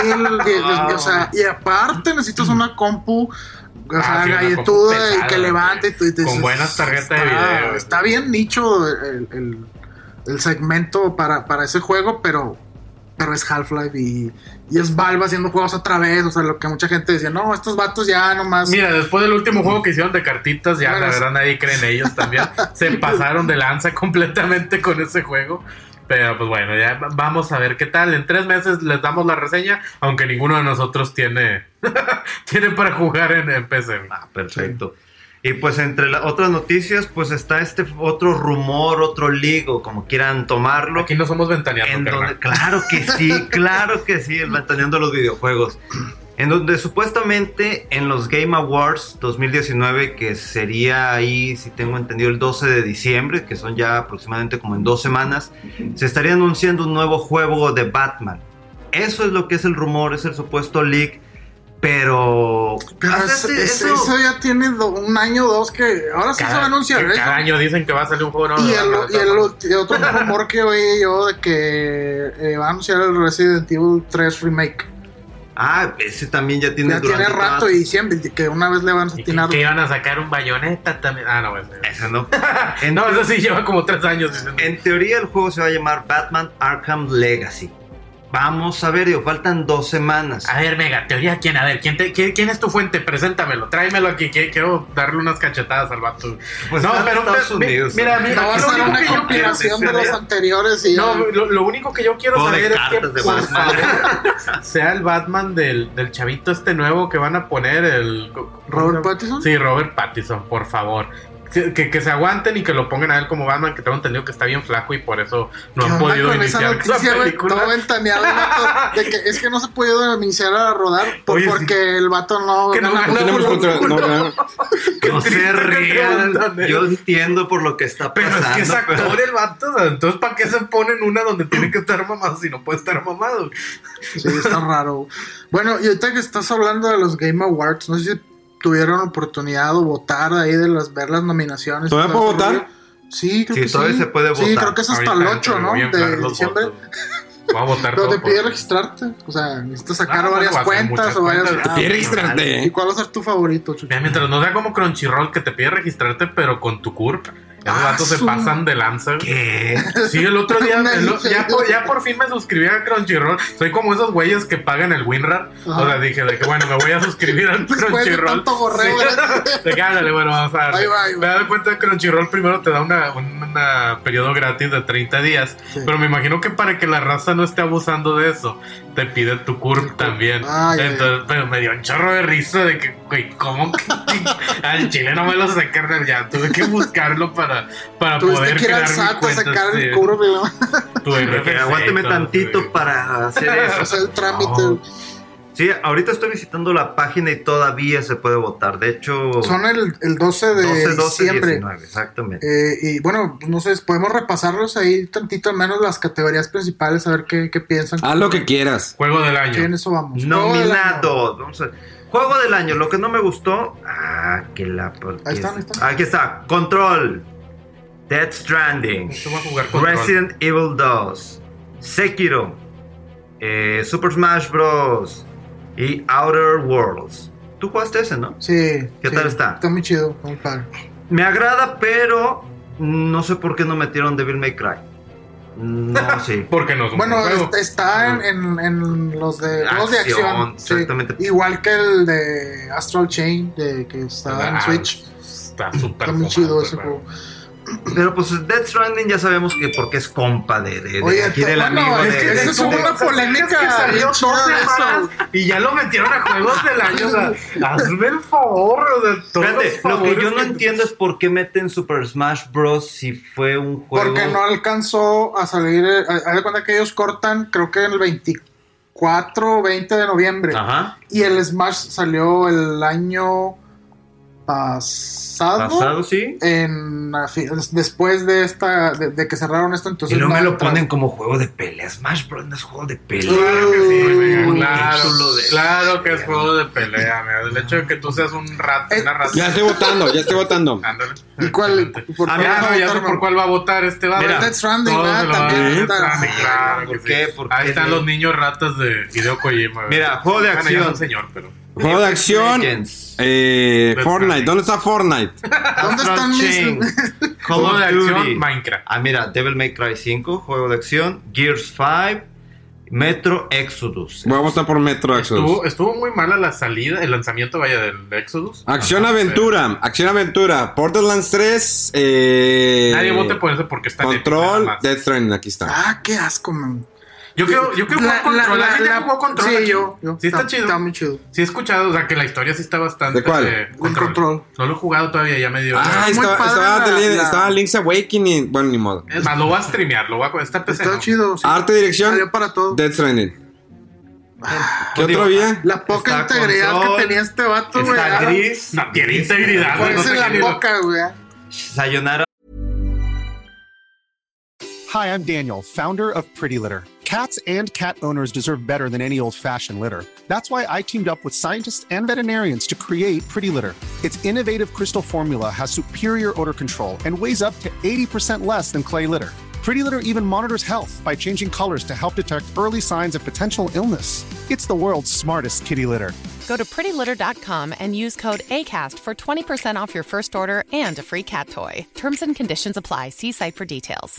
o sea, y aparte necesitas una compu, o sea,
Ah, sí, una
galletuda
compu
y
pesada,
que levante. Y tú- y te-
con buenas tarjetas de
está-
video.
Está bien nicho el, el, el segmento para, para ese juego, pero... Pero es Half-Life y, y es Valve haciendo juegos otra vez. O sea, lo que mucha gente decía, no, estos vatos ya nomás.
Mira, después del último juego que hicieron de cartitas, ya
Bueno,
la
es-
verdad nadie cree en ellos también. Se pasaron de lanza completamente con ese juego. Pero pues bueno, ya va- vamos a ver qué tal. En tres meses les damos la reseña, aunque ninguno de nosotros tiene, tiene para jugar en, en P C.
Ah, perfecto. Y pues entre las otras noticias, pues está este otro rumor, otro leak, o como quieran tomarlo.
Aquí no somos ventaneando,
En
carnal.
donde, claro que sí, claro que sí, el ventaneando los videojuegos. En donde supuestamente en los Game Awards dos mil diecinueve, que sería ahí, si tengo entendido, el doce de diciembre, que son ya aproximadamente como en dos semanas, se estaría anunciando un nuevo juego de Batman. Eso es lo que es el rumor, es el supuesto leak. Pero...
Pero
¿haces
ese- ese-
eso?
eso ya tiene do- un año o dos que ahora sí se va a anunciar
cada
eso.
año dicen que va a salir un juego nuevo.
Y
de
el,
Batman,
y el- y otro rumor que oí yo de que eh, va a anunciar el Resident Evil tres Remake.
Ah, ese también ya tiene...
Ya tiene
durante
rato
toda-
y siempre que una vez le van a
Y que,
atinar.
que iban a sacar un Bayonetta también. Ah, no, ese.
Ese no.
No, eso sí lleva como tres años diciendo.
En teoría el juego se va a llamar Batman Arkham Legacy. Vamos a ver, digo, faltan dos semanas.
A ver, Mega, teoría, ¿quién? A ver, ¿quién, te, quién, quién es tu fuente? Preséntamelo, tráemelo aquí, que quiero darle unas cachetadas al vato.
Pues
no,
está en
pero
Estados
mi-
Unidos,
mira,
¿eh?
mira,
No va a
lo
ser
único
una
que yo quiero
compilación de los anteriores y
No, lo, lo único que yo quiero
Juego de
saber es que
cartas de
por
Batman.
favor sea el Batman del, del chavito este nuevo que van a poner, el
Robert Pattinson.
Sí, Robert Pattinson, por favor. Que, que, que se aguanten y que lo pongan a él como Batman, que tengo entendido que está bien flaco y por eso no
¿Qué
han
onda
podido
con esa
iniciar
noticia,
la
güey?
película.
Todo ventaneado el vato, de que es que no se ha podido iniciar a rodar por-
Oye, sí.
porque el vato no
Que no
gana
gana
tenemos
por-
contra- no, no.
Qué
No se
triste que
rían.
preguntan, ¿eh?
Yo entiendo por lo que está
Pero
pasando.
es que es actor
pero-
el vato, entonces ¿para qué se ponen una donde tiene que estar mamado si no puede estar mamado?
Sí, está raro. Bueno, y ahorita que estás hablando de los Game Awards, no sé si tuvieron oportunidad o votar ahí de las ver las nominaciones.
¿Todavía
Todo
puedo
ese
votar?
rollo. Sí, creo
Sí,
que
todavía
sí.
se puede
Sí,
votar.
creo que es hasta
Ahorita
el ocho,
me
¿no?
voy a inflar
De
los
diciembre.
votos. Voy a votar
Pero
todo
te pide
por-
registrarte. O sea, necesitas sacar
Ah, bueno,
varias
va a ser
cuentas
muchas
o varias.
cuentas.
Ah,
Te quiere
¿y
registrarte, ¿eh?
cuál va a ser tu favorito, Chucho?
Mira, mientras no sea como Crunchyroll que te pide registrarte, pero con tu C U R P. Esos
Ah,
vatos se
su-
pasan de lanza.
¿Qué?
Sí, el otro día,
Una
el-
diferencia.
ya, por, ya por fin me suscribí a Crunchyroll. Soy como esos güeyes que pagan el WinRAR.
Ajá.
O sea, dije de que bueno, me voy a suscribir al
Después de
Crunchyroll.
tanto gorreo,
Sí.
¿verdad?
De que ándale, bueno, vamos a darle.
Ahí va, ahí va.
Me he dado cuenta que Crunchyroll primero te da una, un una periodo gratis de treinta días.
Sí.
Pero me imagino que para que la raza no esté abusando de eso, te pide tu C U R P también.
Ay, ay,
Entonces, pero me dio un chorro de risa de que, güey, ¿cómo que al chile no me lo sé, carnal? Ya tuve que buscarlo para, para
Tuviste
poder
que ir al
crear
S
mi
A T a
cuenta.
sacar
sí.
el curve, ¿no?
Tu R F C
Que
y
aguánteme
todo,
tantito
sí.
para hacer eso.
hacer el trámite.
No.
Sí, ahorita estoy visitando la página y todavía se puede votar. De hecho,
Son el, el doce de
doce, doce,
diciembre.
diecinueve, exactamente.
Eh, y bueno, no sé, podemos repasarlos ahí tantito, al menos las categorías principales, a ver qué, qué piensan.
Haz lo que quieras.
Juego del
Sí, en
año.
eso vamos. Juego del año.
Nominados. Vamos a ver. Juego del año. Lo que no me gustó. Ah, que la.
Ahí están, ahí están.
Aquí está. Control. Death Stranding.
Yo voy a jugar Control.
Resident Evil dos. Sekiro. eh, Super Smash Bros. Y Outer Worlds. Tú jugaste ese, ¿no?
Sí.
¿Qué
sí,
tal está?
Está muy chido, está muy padre.
Me agrada, pero no sé por qué no metieron Devil May Cry. No, sí.
Porque no es un
Bueno,
buen juego.
est- está en, en, en los de juegos de
Acción,
acción. sí.
exactamente.
Igual que el de Astral Chain, de, que está en
Ah,
Switch.
Está súper
Está muy
fumado
chido
ese
ese juego.
Pero pues Death Stranding ya sabemos que porque es compa de, de, de
Oye,
aquí del
bueno,
amigo
es
de,
que
de-
eso es
de-
una polémica.
Es que salió
bien chida
dos
de
semanas
eso.
y ya lo metieron a juegos del año. O sea, hazme el favor. O sea, todos
Fíjate,
los
lo que yo
favores
no entiendo es por qué meten Super Smash Bros. Si fue un juego.
Porque no alcanzó a salir. eh, Haz de cuenta que ellos cortan, creo que en el veinticuatro o veinte de noviembre.
Ajá.
Y el Smash salió el año pasado.
Pasado, sí.
En, a fi- después de esta de, de que cerraron esto, entonces
Y luego me
no
lo
entra.
ponen como juego de pelea. Smash Bros. No es juego de pelea.
Claro que sí, venga,
Un
claro,
título de-
claro que es juego de pelea, mira. El hecho de que tú seas un rat,
Eh,
una rata.
Ya estoy votando, ya estoy votando.
Ándale.
¿Y cuál?
Excelente.
¿Por
Ah,
cuál
ya,
vas a
no, ya
votar,
sé por
man?
cuál va a votar este va.
Mira,
Death Stranding,
Todos
ah,
se lo van a
también
dar.
está.
Death Stranding, claro
¿Por
que
qué?
sí.
¿Por
Ahí
qué
están
no?
los niños ratas de Hideo Kojima.
Mira, juego de
Bueno, ya
acción.
es un señor, pero...
Juego de acción.
Legends.
Eh,
Death
Fortnite.
Stranding.
¿Dónde está Fortnite?
¿Dónde están
Chain,
mis
Call
Juego
of
de acción,
Duty.
Minecraft.
Ah, mira, Devil May Cry cinco, juego de acción. Gears cinco, Metro Exodus.
Voy a votar por Metro Exodus.
Estuvo, estuvo muy mala la salida, el lanzamiento, vaya, del Exodus.
Acción
Ajá,
aventura, acción aventura. Borderlands tres. Eh,
pero Nadie vote por eso porque está en Epic, nada
Control,
más.
Death Stranding, aquí está.
Ah, qué asco, man.
Yo quiero, yo quiero
La-
jugar Control.
la-
La, gente
la-
jugó Control.
sí,
aquí.
yo, yo.
Sí, está,
Está-
chido.
está muy chido.
Sí, he escuchado, o sea, que la historia sí está bastante.
¿De cuál?
eh,
Un Control.
No lo he jugado todavía, ya me dio.
Ah,
muy
estaba,
padre
estaba,
la-
de-
la-
estaba Link's Awakening. Bueno, ni modo.
Es más, lo voy a streamear, lo voy a. Está en P C,
Está
¿no?
chido. sí.
Arte, dirección.
Salió para todo.
Death Stranding. ¿Qué
Digo,
otro había?
La poca
Está
integridad
Control,
que tenía este vato, güey.
Está
ah,
Gris.
No tiene integridad, güey. No
Ponerse
sé
en la
qué ni lo-
boca, güey.
Sayonara.
Hi, I'm Daniel, founder of Pretty Litter. Cats and cat owners deserve better than any old-fashioned litter. That's why I teamed up with scientists and veterinarians to create Pretty Litter. Its innovative crystal formula has superior odor control and weighs up to eighty percent less than clay litter. Pretty Litter even monitors health by changing colors to help detect early signs of potential illness. It's the world's smartest kitty litter.
Go to pretty litter dot com and use code ACAST for twenty percent off your first order and a free cat toy. Terms and conditions apply. See site for details.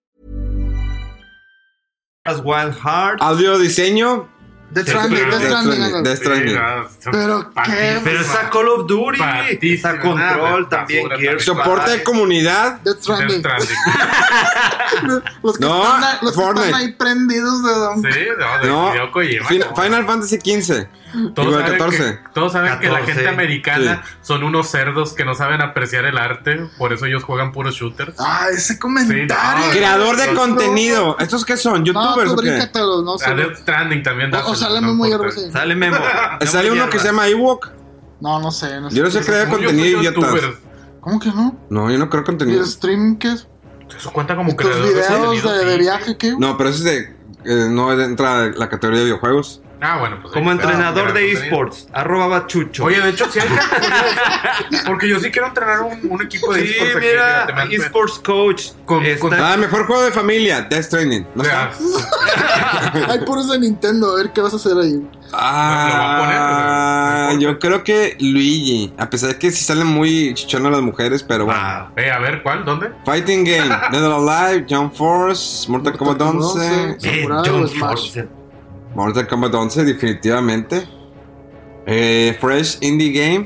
Wild Heart.
Audio diseño.
Death
Sí,
Stranding,
pero-
Death
Death
Stranding.
Stranding,
ándale.
Death Stranding.
Sí, no, son
Pero qué-
patísimas.
Pero está Call of Duty.
Patísima,
Está
nada,
Control
basura
también.
también.
Gears
Soporte de
cinco.
comunidad.
Death
Death
Stranding.
Stranding.
Los que,
No,
están, ahí- los que
Fortnite.
están ahí prendidos de Don.
Sí, no, de
No.
Hideo Kojima.
Fin-
¿cómo?
Final Fantasy quince.
Todos
Digo, el
saben,
catorce.
que, todos saben que la
catorce.
gente americana
Sí.
son unos cerdos que no saben apreciar el arte, por eso ellos juegan puros shooters.
Ah, ese comentario.
Sí, no,
Creador de
No,
contenido. ¿Estos qué son?
No,
¿Youtubers
tú
o qué?
bríncatelo, no sé.
A Death Stranding también.
O, o
dáselo,
sale
no
muy
importa.
hierro, sí.
Sale Memo.
Sale uno que se llama Ewok.
No, no sé. No sé
Yo no sé
qué es
crear
eso.
Según yo
contenido,
soy
idiotas.
youtuber.
¿Cómo que no?
No, yo no creo
¿Y
contenido.
el stream qué es?
Eso cuenta como
¿Y tus
creador de
videos
contenido,
de, de
sí.
viaje qué?
No, pero eso es de. eh, no entra la categoría de videojuegos.
Ah, bueno, pues.
Como
ahí está,
entrenador
crear
de
contenido.
esports. Arroba Bachucho.
Oye, de hecho, sí hay categorías, porque yo sí quiero entrenar un, un equipo de
sí,
esports aquí,
mira,
fíjate, me han-
esports coach.
Con-
Está-
con-
Ah, mejor juego de familia. Death Stranding. ¿No
o sea,
está?
Hay puros de Nintendo, a ver qué vas a hacer ahí.
Ah,
Lo va a poner, o sea, no
yo creo que Luigi. A pesar de que sí salen muy chichonas las mujeres, pero bueno.
Ah,
eh, a ver, ¿cuál? ¿Dónde?
Fighting Game, Dead or Alive, Jump Force, Mortal Kombat once.
eh,
Samurai
John
o Smash.
Force.
Mortal Kombat once, definitivamente. Eh, Fresh Indie Game.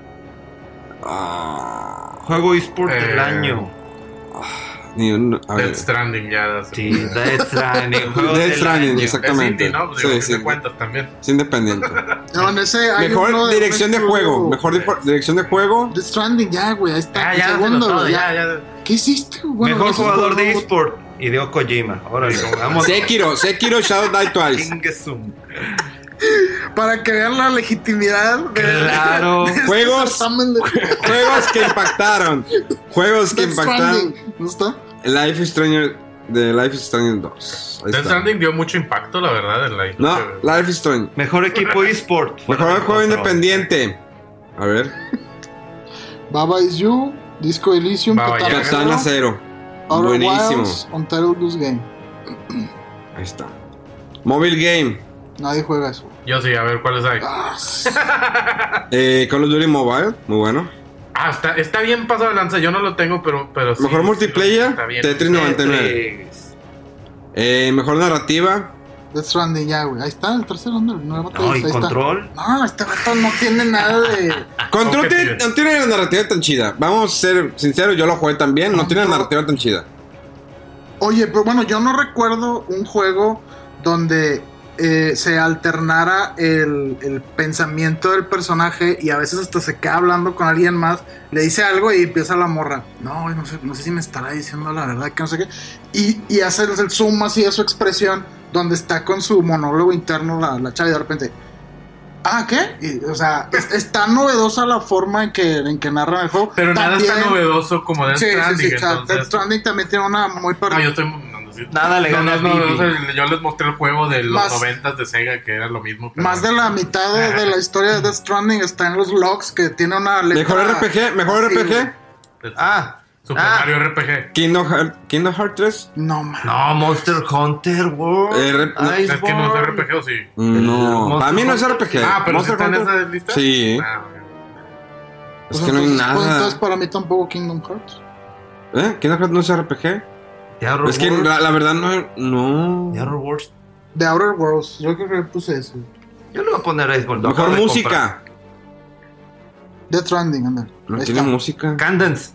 Ah,
Juego esports
Eh,
del año.
ni un- a ver.
Death Stranding, ya.
Sí, Death Stranding. Juego
Death
del
Stranding,
año.
exactamente.
Es indie, ¿no? Pues
Sí,
digo,
sí.
te cuentas también.
Es independiente.
No, en ese hay uno
Mejor
de
dirección
un
de
estudio-
juego. Mejor di- dirección de juego.
Death Stranding, ya, güey, ahí está.
Ah,
el
ya,
segundo,
todo,
güey,
ya, ya.
¿Qué hiciste? Bueno,
Mejor
no sé,
jugador de
juego-
esports. Hideo Kojima. Órale, vamos.
Sekiro, Sekiro Shadow Die Twice.
Ingesum.
Para que vean la legitimidad de,
Claro.
de este
Juegos.
certamen de
Juegos que impactaron. Juegos que
Death
impactaron.
Stranding, ¿no está?
Life is Stranger. De Life is Strange dos. Ahí
Death
está.
Stranding dio mucho impacto, la verdad, en la
No,
industria.
Life is Strange.
Mejor equipo esports.
Mejor juego independiente. A ver.
Baba Is You, Disco Elysium,
Baba
Katana
Yaga.
Katana
Zero,
Zero.
Outer
Buenísimo.
Wilds, Untitled Goose Game.
Ahí está. Mobile Game.
Nadie juega eso.
Yo sí, a ver cuáles hay.
Eh, Call of Duty Mobile. Muy bueno.
Ah, está, está bien pasado de lanza. Yo no lo tengo, pero. pero sí,
Mejor
sí,
multiplayer.
está bien.
Tetris noventa y nueve.
Tetris.
Eh, mejor narrativa.
Death Stranding, ya, güey. Ahí está, el tercero, ¿no? No,
No, ¿y Control?
No, este vato no tiene nada de...
Control tiene, no tiene la narrativa tan chida. Vamos a ser sinceros, yo lo jugué también. No tiene la narrativa tan chida.
Oye, pero bueno, yo no recuerdo un juego donde eh, se alternara el, el pensamiento del personaje y a veces hasta se queda hablando con alguien más, le dice algo y empieza la morra. No, no sé, no sé si me estará diciendo la verdad, que no sé qué. Y, y hace el zoom así de su expresión, donde está con su monólogo interno la, la chava y de repente... Ah, ¿qué? Y, o sea, es, es tan novedosa la forma en que, en que narran el juego.
Pero
también,
nada es tan novedoso como Death
sí,
Stranding.
Sí, sí,
entonces...
Death Stranding también tiene una muy...
No, yo estoy...
Nada le gana
no, no,
a
no, no, yo les mostré el juego de los
Más-
noventas de Sega, que era lo mismo. pero-
Más de la mitad de, de la historia de Death Stranding está en los logs, que tiene una letra...
Mejor R P G, mejor
Sí,
R P G.
Ah,
Super
ah.
Mario R P G.
Kingdom Hearts, Kingdom Hearts tres.
No, man.
No, Monster Hunter World.
Eh, re- no,
¿Es que no es R P G o sí?
No,
Monster
para mí no es R P G.
Ah, pero ¿sí
Monster
está en
Hunter-
esa lista?
Sí.
Ah, bueno.
Es
Pues
que no hay
entonces, pues
nada.
entonces para mí tampoco Kingdom Hearts.
¿Eh? ¿Kingdom Hearts no es R P G?
The Outer
Es que
Worlds.
la, la verdad no. No.
The Outer Worlds.
The Outer Worlds, yo creo que puse eso.
Yo le voy a poner a Iceborne. lo
Mejor
acabo de
música.
comprar.
Death Stranding, anda.
No
Ahí
tiene
está.
música.
Candence.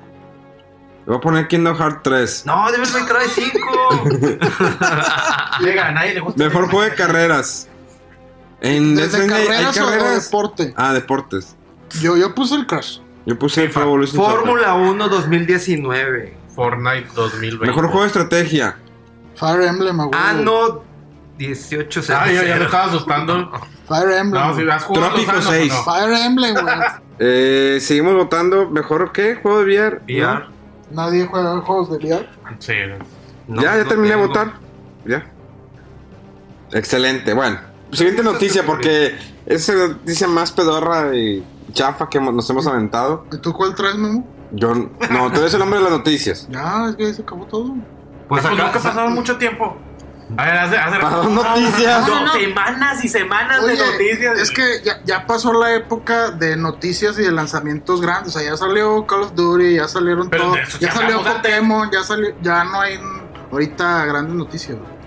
Le voy a poner Kingdom Hearts tres.
No, Devil May Cry cinco.
Llega, a nadie le gusta.
Mejor juego de carreras. En Death
¿Desde
Stranding hay
carreras o de
carreras.
deporte?
Ah, deportes.
Yo, yo puse el Crash.
Yo puse Pro Evolution Soccer.
Fórmula uno dos mil diecinueve.
Fortnite dos mil veinte.
Mejor juego de estrategia.
Fire Emblem, güey.
Ah, no. dieciocho
Ah, ya, ya me estaba asustando.
Fire Emblem.
No, si has jugado
Trópico
los años,
seis.
¿o no?
Fire Emblem, güey.
Eh, seguimos votando. ¿Mejor qué? ¿Juego de V R?
V R.
Nadie juega juegos de V R.
Sí.
No,
ya, ya
no
terminé de
tengo.
votar. Ya. Excelente. Bueno, siguiente noticia porque es la noticia más pedorra y chafa que hemos- nos hemos aventado.
¿Y tú cuál traes, Memo?
Yo no, te doy el nombre de las noticias.
Ya, es que se acabó todo.
Pues
Pues
acá
nunca ha pasado mucho tiempo. A ver, hace, hace
Para dos noticias.
No,
No, no.
semanas y semanas
Oye,
de noticias.
es que ya, ya pasó la época de noticias y de lanzamientos grandes. O sea, ya salió Call of Duty, ya salieron
Pero
todo.
de eso
Ya
ya
salió
hablamos antes.
Pokémon, ya salió, ya no hay mm, ahorita grandes noticias. güey.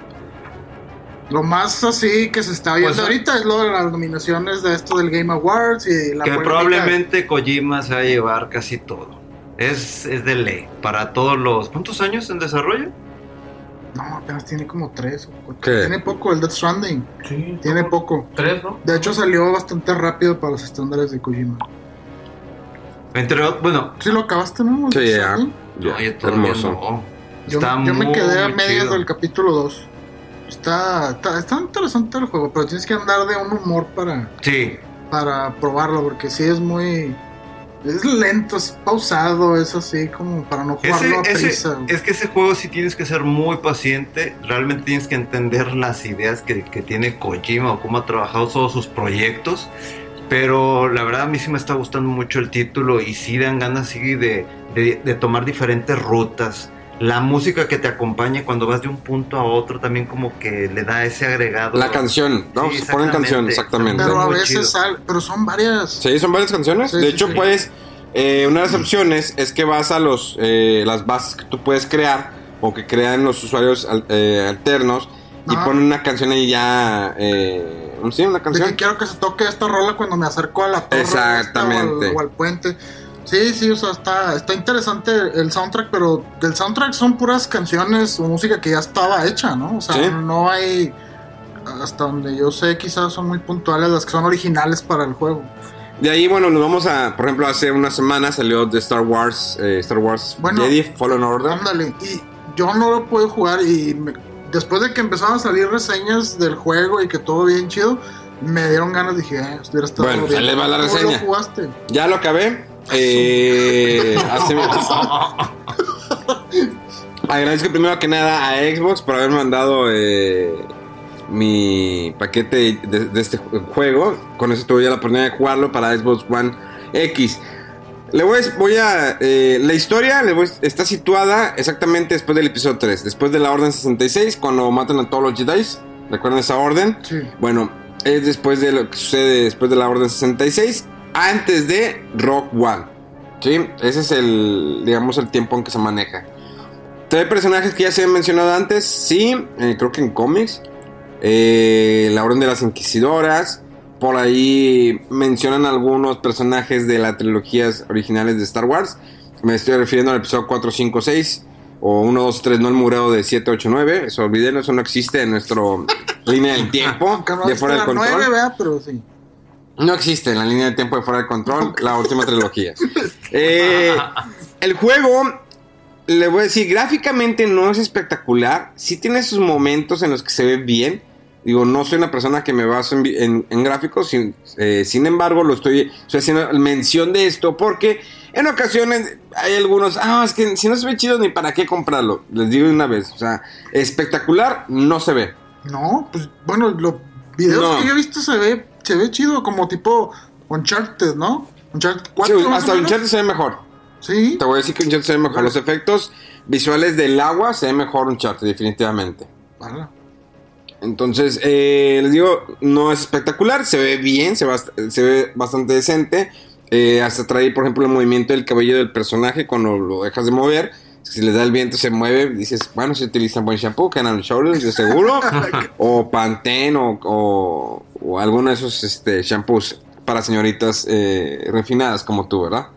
Lo más así que se está viendo
Pues,
ahorita es lo de las nominaciones de esto del Game Awards y la
que
polémica.
probablemente Kojima se va a llevar casi todo. Es, es de ley. Para todos los... ¿Cuántos años en desarrollo?
No, apenas tiene como tres o cuatro.
¿Qué?
Tiene poco el Death Stranding.
Sí,
Tiene poco.
tres, ¿no?
De hecho salió bastante rápido para los estándares de Kojima.
Entre otros... Bueno...
¿Sí lo acabaste, no? ¿El
Sí,
Death
ya.
Stranding?
No,
Ya,
yo todavía
hermoso.
no.
Yo,
Está
yo me
muy
quedé a medias
chido.
del capítulo dos. Está, está, está interesante el juego, pero tienes que andar de un humor para,
Sí.
para probarlo, porque sí es muy... Es lento, es pausado, es así como para no jugarlo
Ese,
a
ese-
prisa. güey.
es que ese juego sí tienes que ser muy paciente. Realmente tienes que entender las ideas que, que tiene Kojima o cómo ha trabajado todos sus proyectos. Pero la verdad a mí sí me está gustando mucho el título y sí dan ganas sí, de, de, de tomar diferentes rutas. La música que te acompaña cuando vas de un punto a otro también como que le da ese agregado.
La canción, ¿no?
Sí,
Se ponen canción, exactamente.
Pero a
muy
veces
chido.
sale, pero son varias.
Sí, son varias canciones.
Sí,
de
sí,
hecho,
sí.
pues, eh, una de las opciones es que vas a los eh, las bases que tú puedes crear o que crean los usuarios al- eh, alternos y
Ajá.
ponen una canción ahí ya. Eh, sí, una
De
canción.
que quiero que se toque esta rola cuando me acerco a la torre
Exactamente.
esta o, al, o al puente. Sí, sí, o sea, está, está interesante el soundtrack, pero del soundtrack son puras canciones o música que ya estaba hecha, ¿no? O sea,
Sí.
no hay, hasta donde yo sé, quizás son muy puntuales las que son originales para el juego.
De ahí, bueno, nos vamos a. Por ejemplo, hace una semana salió de Star Wars, eh, Star Wars
Bueno,
Jedi Fallen Order.
Ándale, y yo no lo pude jugar y me- después de que empezaron a salir reseñas del juego y que todo bien chido, me dieron ganas, dije, eh, hubiera estado
Bueno,
bien.
ahí les va la
¿Cómo
reseña.
lo jugaste?
Ya lo acabé. Eh, hace- Agradezco primero que nada a Xbox por haber mandado eh, mi paquete de, de este juego. Con eso tuve ya la oportunidad de jugarlo para Xbox One X. Le voy, voy a. Eh, la historia le voy, está situada exactamente después del episodio tres. Después de la Orden sesenta y seis, cuando matan a todos los Jedi. ¿Recuerdan esa orden?
Sí.
Bueno, es después de lo que sucede después de la Orden sesenta y seis, antes de Rogue One. ¿Sí? Ese es el, digamos, el tiempo en que se maneja. Trae personajes que ya se han mencionado antes, sí, eh, creo que en cómics. Eh, la Orden de las Inquisidoras. Por ahí mencionan algunos personajes de las trilogías originales de Star Wars. Me estoy refiriendo al episodio cuatro, cinco, seis. O uno, dos, tres, no el mureo de siete, ocho, nueve. Eso olvídenlo, eso no existe en nuestra línea del tiempo.
No
de fuera del control.
nueve, ¿verdad? Pero sí.
No existe en la línea del tiempo de fuera del control. La última trilogía. Eh, el juego, le voy a decir, gráficamente no es espectacular. Sí tiene sus momentos en los que se ve bien. Digo, no soy una persona que me baso en, en, en gráficos, sin, eh, sin embargo, lo estoy, estoy haciendo mención de esto porque en ocasiones hay algunos, ah, es que si no se ve chido ni para qué comprarlo. Les digo de una vez, o sea, espectacular no se ve.
No, pues bueno, los videos no. que yo he visto se ve, se ve chido, como tipo Uncharted, ¿no? Uncharted cuatro.
Sí, hasta Uncharted se ve mejor.
Sí.
Te voy a decir que Uncharted se ve mejor. Vale. Los efectos visuales del agua se ve mejor Uncharted, definitivamente.
Vale.
Entonces, eh, les digo, no es espectacular, se ve bien, se, va, se ve bastante decente. Eh, hasta trae, por ejemplo, el movimiento del cabello del personaje cuando lo dejas de mover. Si le da el viento, se mueve. Dices, bueno, se utiliza buen shampoo, Head and Shoulders, de seguro. O Pantene, o, o, o alguno de esos este, shampoos para señoritas eh, refinadas como tú, ¿verdad?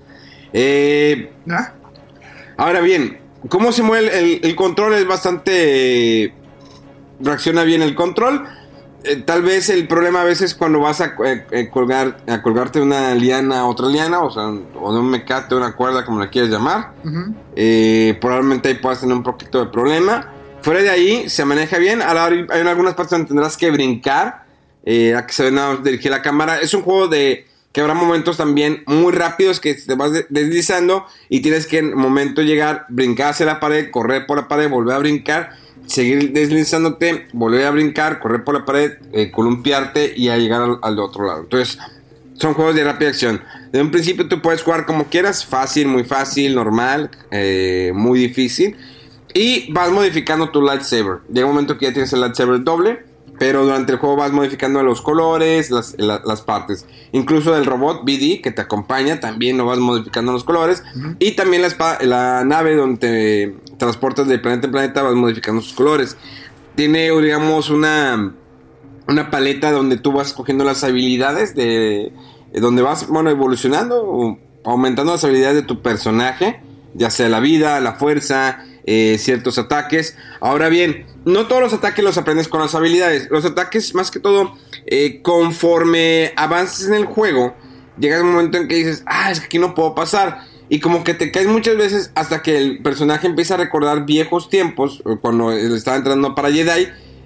Eh, ¿Ah? Ahora bien, ¿cómo se mueve el, el, el control? Es bastante... Eh, reacciona bien el control. Eh, tal vez el problema a veces cuando vas a, eh, colgar, a colgarte una liana a otra liana, o sea, o de un mecate, una cuerda, como la quieras llamar. Uh-huh. Eh, probablemente ahí puedas tener un poquito de problema. Fuera de ahí, se maneja bien. Ahora hay algunas partes donde tendrás que brincar, eh, a que se van a dirigir la cámara. Es un juego de que habrá momentos también muy rápidos que te vas deslizando y tienes que en un momento llegar, brincar hacia la pared, correr por la pared, volver a brincar, seguir deslizándote, volver a brincar, correr por la pared, eh, columpiarte y a llegar al, al otro lado. Entonces, son juegos de rápida acción. De un principio tú puedes jugar como quieras, fácil, muy fácil, normal, eh, muy difícil. Y vas modificando tu lightsaber. Llega un momento que ya tienes el lightsaber doble, pero durante el juego vas modificando los colores, las, la, las partes. Incluso el robot B D que te acompaña, también lo vas modificando los colores. Uh-huh. Y también la, espada, la nave donde te transportas de planeta en planeta, vas modificando sus colores. Tiene, digamos, una, una paleta donde tú vas cogiendo las habilidades de... Donde vas, bueno, evolucionando, aumentando las habilidades de tu personaje, ya sea la vida, la fuerza, eh, ciertos ataques. Ahora bien, no todos los ataques los aprendes con las habilidades. Los ataques, más que todo, eh, conforme avances en el juego, llega un momento en que dices, ah, es que aquí no puedo pasar. Y como que te caes muchas veces hasta que el personaje empieza a recordar viejos tiempos, cuando él estaba entrando para Jedi,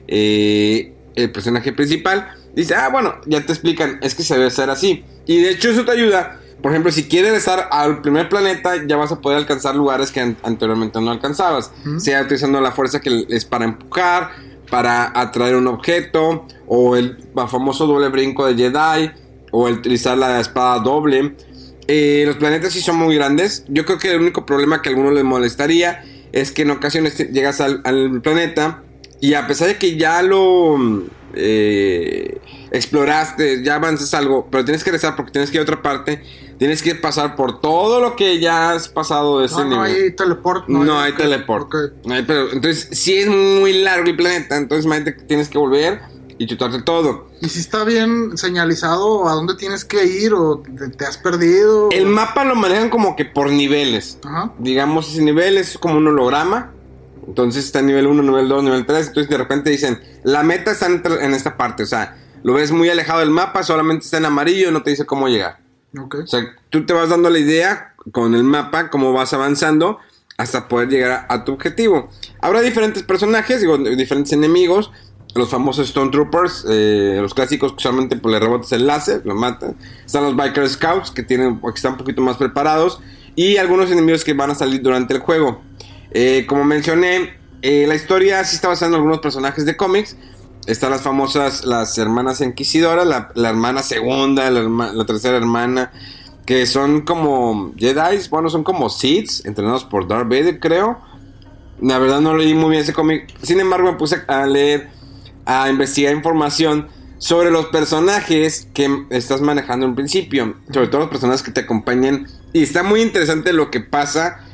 eh, el personaje principal dice, ah, bueno, ya te explican, es que se debe hacer así. Y de hecho eso te ayuda. Por ejemplo, si quieres estar al primer planeta, ya vas a poder alcanzar lugares que an- anteriormente no alcanzabas. Uh-huh. Sea utilizando la fuerza que es para empujar, para atraer un objeto, o el famoso doble brinco de Jedi, o el utilizar la espada doble. Eh, los planetas sí son muy grandes. Yo creo que el único problema que a algunos les molestaría es que en ocasiones llegas al, al planeta y a pesar de que ya lo eh, exploraste, ya avanzas algo, pero tienes que regresar porque tienes que ir a otra parte. Tienes que pasar por todo lo que ya has pasado de ese
no,
nivel.
No hay teleport.
No, no hay, hay teleport. Okay. No hay, pero, entonces, si es muy largo el planeta, entonces imagínate que tienes que volver y chutarte todo.
¿Y si está bien señalizado a dónde tienes que ir o te, te has perdido?
El mapa lo manejan como que por niveles. Ajá. Digamos, ese nivel es como un holograma. Entonces está nivel uno, nivel dos, nivel tres. Entonces de repente dicen, la meta está en, en esta parte. O sea, lo ves muy alejado del mapa, solamente está en amarillo y no te dice cómo llegar.
Okay.
O sea, tú te vas dando la idea con el mapa, cómo vas avanzando hasta poder llegar a, a tu objetivo. Habrá diferentes personajes, digo, diferentes enemigos. Los famosos Stone Troopers, eh, los clásicos que solamente pues, le rebotas el láser, lo matan. Están los Biker Scouts que, tienen, que están un poquito más preparados. Y algunos enemigos que van a salir durante el juego. Eh, como mencioné, eh, la historia sí está basada en algunos personajes de cómics. Están las famosas, las hermanas inquisidoras, la, la hermana segunda, la, herma, la tercera hermana, que son como Jedi, bueno, son como Siths, entrenados por Darth Vader, creo. La verdad no leí muy bien ese cómic. Sin embargo, me puse a leer, a investigar información sobre los personajes que estás manejando en principio. Sobre todo los personajes que te acompañan. Y está muy interesante lo que pasa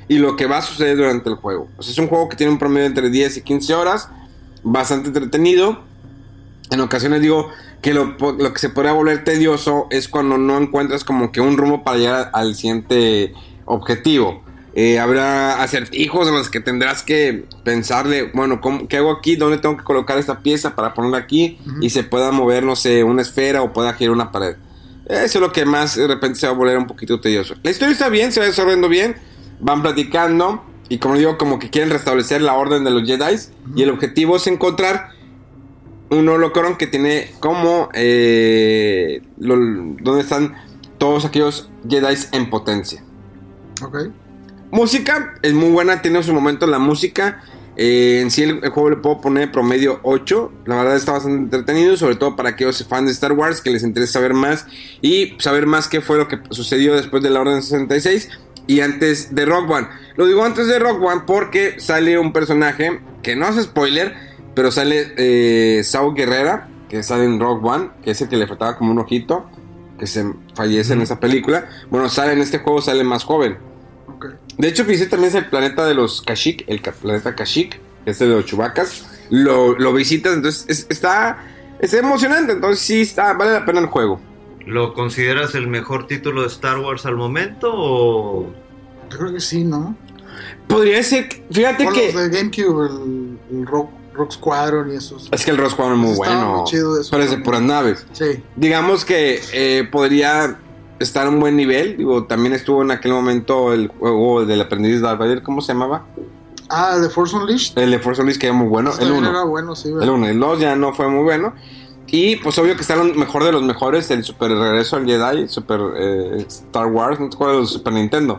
y lo que va a suceder durante el juego. O sea, es un juego que tiene un promedio entre diez y quince horas, bastante entretenido. En ocasiones digo que lo, lo que se podría volver tedioso es cuando no encuentras como que un rumbo para llegar al siguiente objetivo. Eh, habrá acertijos en los que tendrás que pensarle, bueno, ¿cómo, ¿qué hago aquí? ¿Dónde tengo que colocar esta pieza para ponerla aquí? Uh-huh. Y se pueda mover, no sé, una esfera o pueda girar una pared. Eso es lo que más de repente se va a volver un poquito tedioso. La historia está bien, se va desarrollando bien, van platicando y como digo, como que quieren restablecer la orden de los Jedi. Uh-huh. Y el objetivo es encontrar un holocron que tiene como eh, lo, donde están todos aquellos Jedi en potencia.
Ok.
Música es muy buena, tiene su momento la música. Eh, en sí el, el juego le puedo poner promedio ocho. La verdad está bastante entretenido, sobre todo para aquellos fans de Star Wars que les interesa saber más y saber más qué fue lo que sucedió después de la Orden sesenta y seis y antes de Rogue One. Lo digo antes de Rogue One porque sale un personaje que no hace spoiler, pero sale eh, Saw Gerrera, que sale en Rogue One, que es el que le faltaba como un ojito, que se fallece mm. en esa película. Bueno, sale en este juego, sale más joven. Okay. De hecho, visité también el planeta de los Kashyyyk, el planeta Kashyyyk, que es el de los Chewbaccas. Lo, lo visitas, entonces es, está, está emocionante. Entonces sí, está, vale la pena el juego.
¿Lo consideras el mejor título de Star Wars al momento o...?
Yo creo que sí, ¿no?
Podría ser, fíjate
bueno,
que...
los de GameCube, el, el Rogue, Rogue Squadron y esos.
Es que el Rogue Squadron es muy bueno. Muy chido eso, pero es de puras naves.
Sí.
Digamos que eh, podría... estar a un buen nivel. Digo, también estuvo en aquel momento el juego del aprendiz de Darth Vader, ¿cómo se llamaba?
Ah, el de Force Unleashed.
El de Force Unleashed que era muy bueno.
Este
el uno
era bueno, sí,
el uno, el dos ya no fue muy bueno. Y pues obvio que está lo mejor de los mejores, el Super Regreso al Jedi, Super eh, Star Wars, no te acuerdas de Super Nintendo.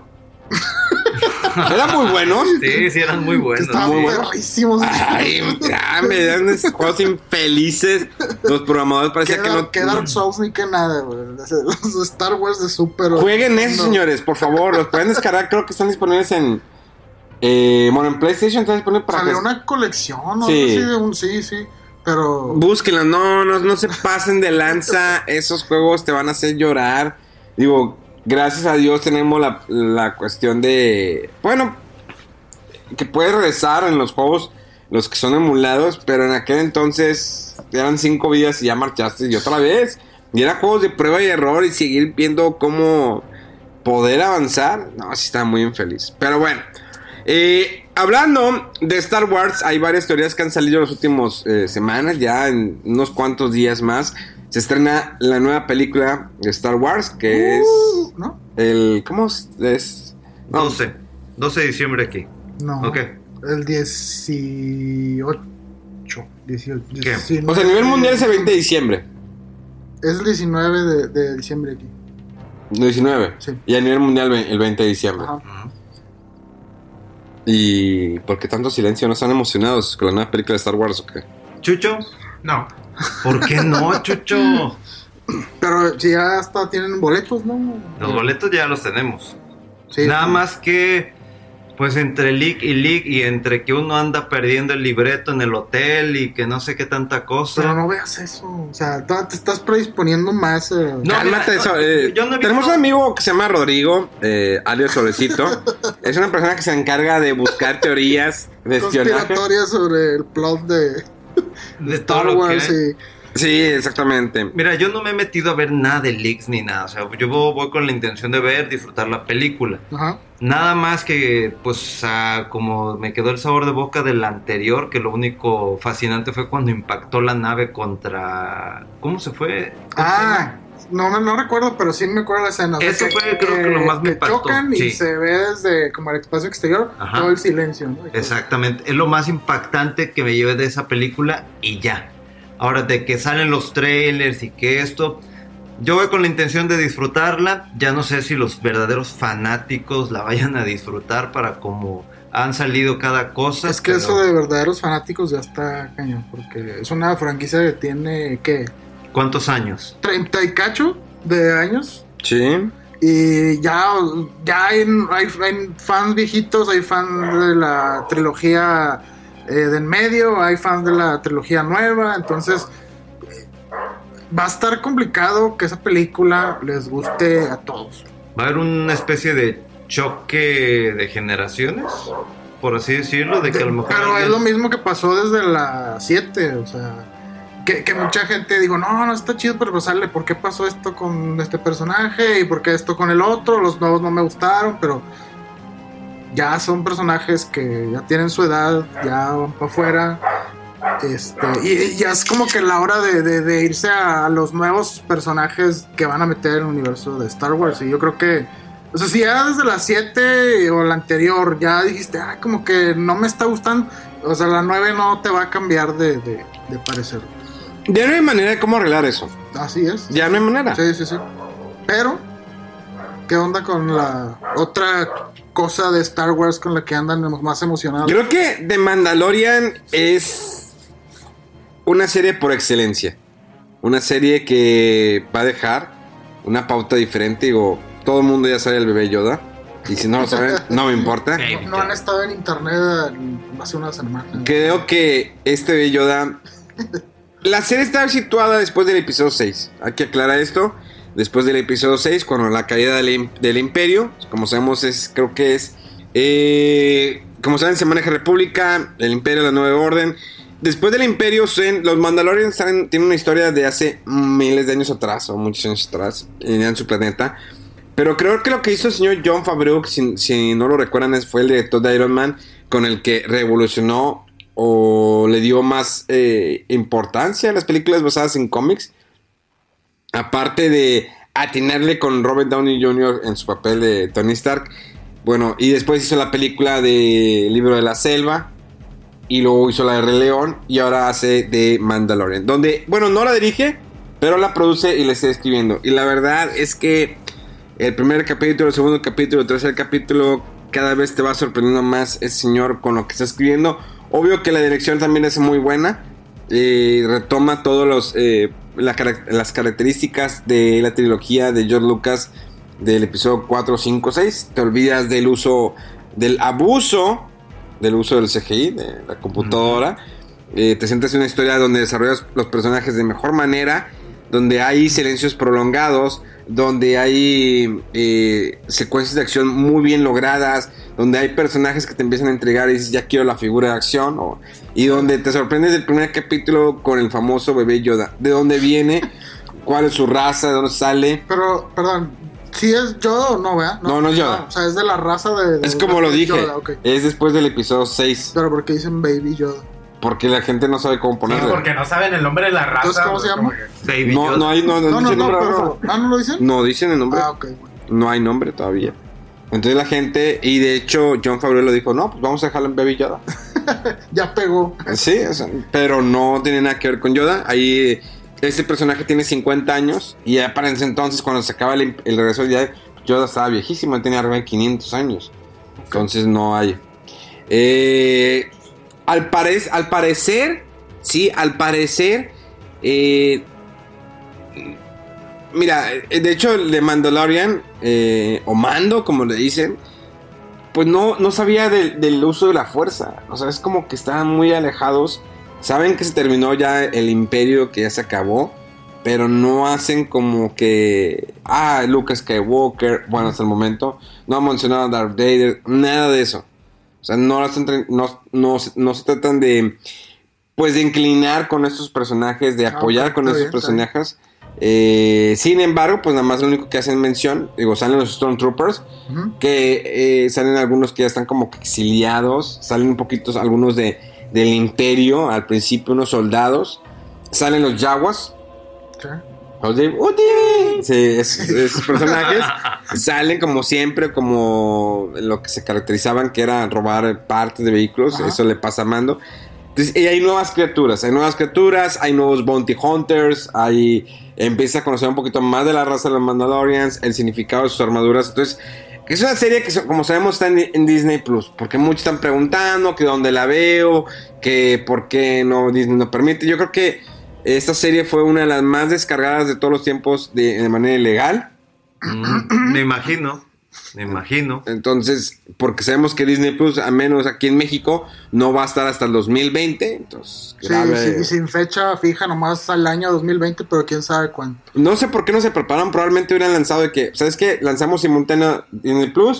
Eran muy buenos.
Sí, sí, eran muy buenos.
Estaban
muy
perrísimos.
Ay, ya me dan esos juegos infelices. Los programadores parecía que no.
Que Dark Souls ni que nada, güey. Los de Star Wars de Super.
Jueguen eso, no. Señores, por favor. Los pueden descargar. Creo que están disponibles en. Eh, bueno, en PlayStation están disponibles para.
Salió que... una colección, ¿no?
Sí.
Sí, de un, sí, sí. Pero.
Búsquenla, no, no, no se pasen de lanza. Esos juegos te van a hacer llorar. Digo. Gracias a Dios tenemos la, la cuestión de... Bueno, que puedes rezar en los juegos, los que son emulados, pero en aquel entonces eran cinco vidas y ya marchaste y otra vez. Y eran juegos de prueba y error y seguir viendo cómo poder avanzar. No, sí estaba muy infeliz. Pero bueno, eh, hablando de Star Wars, hay varias teorías que han salido en las últimas eh, semanas, ya en unos cuantos días más. Se estrena la nueva película de Star Wars, que
uh,
es...
¿no?
El... ¿Cómo es?
No. doce. doce de diciembre aquí.
No.
Ok.
El dieciocho. dieciocho
¿Qué?
diecinueve,
o sea, a nivel mundial es el veinte de diciembre.
Es el diecinueve de, de diciembre aquí.
¿El diecinueve?
Sí.
Y a nivel mundial el veinte de diciembre.
Ajá.
¿Y por qué tanto silencio? ¿No están emocionados con la nueva película de Star Wars o qué?
¿Chucho?
No.
¿Por qué no, Chucho?
Pero si ya hasta tienen boletos, ¿no?
Los boletos ya los tenemos.
Sí,
Nada
sí.
más que, pues entre leak y leak y entre que uno anda perdiendo el libreto en el hotel y que no sé qué tanta cosa.
Pero no veas eso. O sea, todavía te estás predisponiendo más. Eh.
No,
Cálmate,
mira,
eso, eh,
yo no he visto-
tenemos un amigo que se llama Rodrigo, eh, alias Solecito. Es una persona que se encarga de buscar teorías de espionaje.
Conspiratoria sobre el plot de,
de
Star
todo lo
Wars.
que-
Y...
Sí, exactamente.
Mira, yo no me he metido a ver nada de leaks ni nada. O sea, yo voy con la intención de ver, disfrutar la película.
Ajá.
Nada más que, pues, ah, como me quedó el sabor de boca del anterior, que lo único fascinante fue cuando impactó la nave contra... ¿Cómo se fue? ¿Cómo
Ah, no, no, no recuerdo, pero sí me acuerdo de la escena. O sea,
Eso fue, creo que lo más me impactó.
chocan y
Sí.
se ve desde como el espacio exterior,
Ajá.
todo el silencio, ¿no?
Exactamente, es lo más impactante que me llevé de esa película y ya. Ahora, de que salen los trailers y que esto, yo voy con la intención de disfrutarla. Ya no sé si los verdaderos fanáticos la vayan a disfrutar para como han salido cada cosa.
Es que
pero-
eso de verdaderos fanáticos ya está cañón, porque es una franquicia que tiene, ¿qué?
¿Cuántos años?
treinta y cacho de años.
Sí.
Y ya, ya hay, hay, hay fans viejitos, hay fans de la trilogía eh, de en medio, hay fans de la trilogía nueva, entonces eh, va a estar complicado que esa película les guste a todos.
Va a haber una especie de choque de generaciones, por así decirlo, de que a lo mejor
Pero
alguien...
es lo mismo que pasó desde la siete, o sea, que, que mucha gente digo, no, no está chido, pero pues sale, ¿por qué pasó esto con este personaje? ¿Y por qué esto con el otro? Los nuevos no me gustaron, pero ya son personajes que ya tienen su edad, ya van para afuera. Este, y ya es como que la hora de, de, de irse a los nuevos personajes que van a meter en el universo de Star Wars. Y yo creo que, o sea, si ya desde la siete o la anterior ya dijiste, ah, como que no me está gustando, o sea, la nueve no te va a cambiar de, de, de parecer.
Ya no hay manera de cómo arreglar eso.
Así es.
Ya no hay manera.
Sí, sí, sí. Pero, ¿qué onda con la otra cosa de Star Wars con la que andan más emocionados?
Creo que The Mandalorian es una serie por excelencia. Una serie que va a dejar una pauta diferente. Digo, todo el mundo ya sabe el bebé Yoda. Y si no lo saben, no me importa.
No, no han estado en internet hace una semana.
Creo que este bebé Yoda... La serie está situada después del episodio seis. Hay que aclarar esto. Después del episodio seis, cuando la caída del, del imperio, como sabemos, es creo que es... Eh, como saben, se maneja República, el imperio, la nueva orden. Después del imperio, los Mandalorians saben, tienen una historia de hace miles de años atrás, o muchos años atrás, en su planeta. Pero creo que lo que hizo el señor Jon Favreau, si, si no lo recuerdan, fue el director de Iron Man, con el que revolucionó o le dio más eh, importancia a las películas basadas en cómics. Aparte de atinarle con Robert Downey junior en su papel de Tony Stark. Bueno, y después hizo la película de Libro de la Selva. Y luego hizo la de Rey León. Y ahora hace de Mandalorian. Donde, bueno, no la dirige, pero la produce y la está escribiendo. Y la verdad es que el primer capítulo, el segundo capítulo, el tercer capítulo, cada vez te va sorprendiendo más ese señor con lo que está escribiendo. Obvio que la dirección también es muy buena. Eh, retoma todos los... Eh, La, las características de la trilogía de George Lucas del episodio cuatro, cinco, seis. Te olvidas del uso, del abuso del uso del C G I, de la computadora. Eh, te sientas en una historia donde desarrollas los personajes de mejor manera, donde hay silencios prolongados, donde hay eh, secuencias de acción muy bien logradas, donde hay personajes que te empiezan a entregar y dices, ya quiero la figura de acción, o, y donde te sorprendes del primer capítulo con el famoso bebé Yoda, de dónde viene, cuál es su raza, de dónde sale.
Pero, perdón, ¿sí es Yoda o no, verdad?
No, no, no es Yoda.
Ah, o sea, es de la raza de... de
es como lo dije,
Yoda, okay.
Es después del episodio seis.
Pero ¿por qué dicen Baby Yoda?
Porque la gente no sabe cómo ponerlo.
Sí, porque no saben el nombre de la raza.
Entonces, ¿cómo se llama?
Baby
no,
Yoda.
no hay, no, no,
No, no,
dicen
no,
nombre de la
pero...
raza.
¿Ah, no lo dicen?
No dicen el nombre.
Ah, ok, bueno.
No hay nombre todavía. Entonces la gente, y de hecho Jon Favreau lo dijo, no, pues vamos a dejarlo en Baby Yoda.
Ya pegó.
Sí, o sea, pero no tiene nada que ver con Yoda. Ahí este personaje tiene cincuenta años y ya para ese entonces, cuando se acaba el, el regreso del Jedi, Yoda estaba viejísimo, él tenía arriba de quinientos años. Entonces no hay. Eh, al, parec- al parecer, sí, al parecer, eh, mira, de hecho el de Mandalorian, eh, o Mando, como le dicen, pues no, no sabía de, del uso de la fuerza. O sea, es como que estaban muy alejados. Saben que se terminó ya el imperio, que ya se acabó, pero no hacen como que... Ah, Luke Skywalker, bueno, hasta el momento. No han mencionado a Darth Vader, nada de eso. O sea, no, no, no, no se tratan de... Pues de inclinar con estos personajes, de apoyar
okay,
con estos
bien,
personajes. Eh, sin embargo, pues nada más lo único que hacen mención, digo, salen los Stormtroopers, uh-huh. que eh, salen algunos que ya están como que exiliados, salen un poquito algunos de, del imperio, al principio unos soldados, salen los Jawas, ¿qué? Los de Uti, sí, esos, esos personajes salen como siempre, como lo que se caracterizaban, que era robar partes de vehículos, uh-huh. Eso le pasa a Mando. Entonces, y hay nuevas criaturas, hay nuevas criaturas, hay nuevos bounty hunters, hay, empieza a conocer un poquito más de la raza de los Mandalorians, el significado de sus armaduras. Entonces, es una serie que, como sabemos, está en, en Disney Plus, porque muchos están preguntando que dónde la veo, que por qué no Disney no permite. Yo creo que esta serie fue una de las más descargadas de todos los tiempos de, de manera ilegal.
Mm, me imagino. Me imagino.
Entonces, porque sabemos que Disney Plus, al menos aquí en México, no va a estar hasta el dos mil veinte. Entonces,
sí,
grave.
sí, sin fecha fija, nomás al año dos mil veinte, pero quién sabe cuánto.
No sé por qué no se preparan. Probablemente hubieran lanzado de que, ¿sabes qué? Lanzamos simultáneo Disney Plus,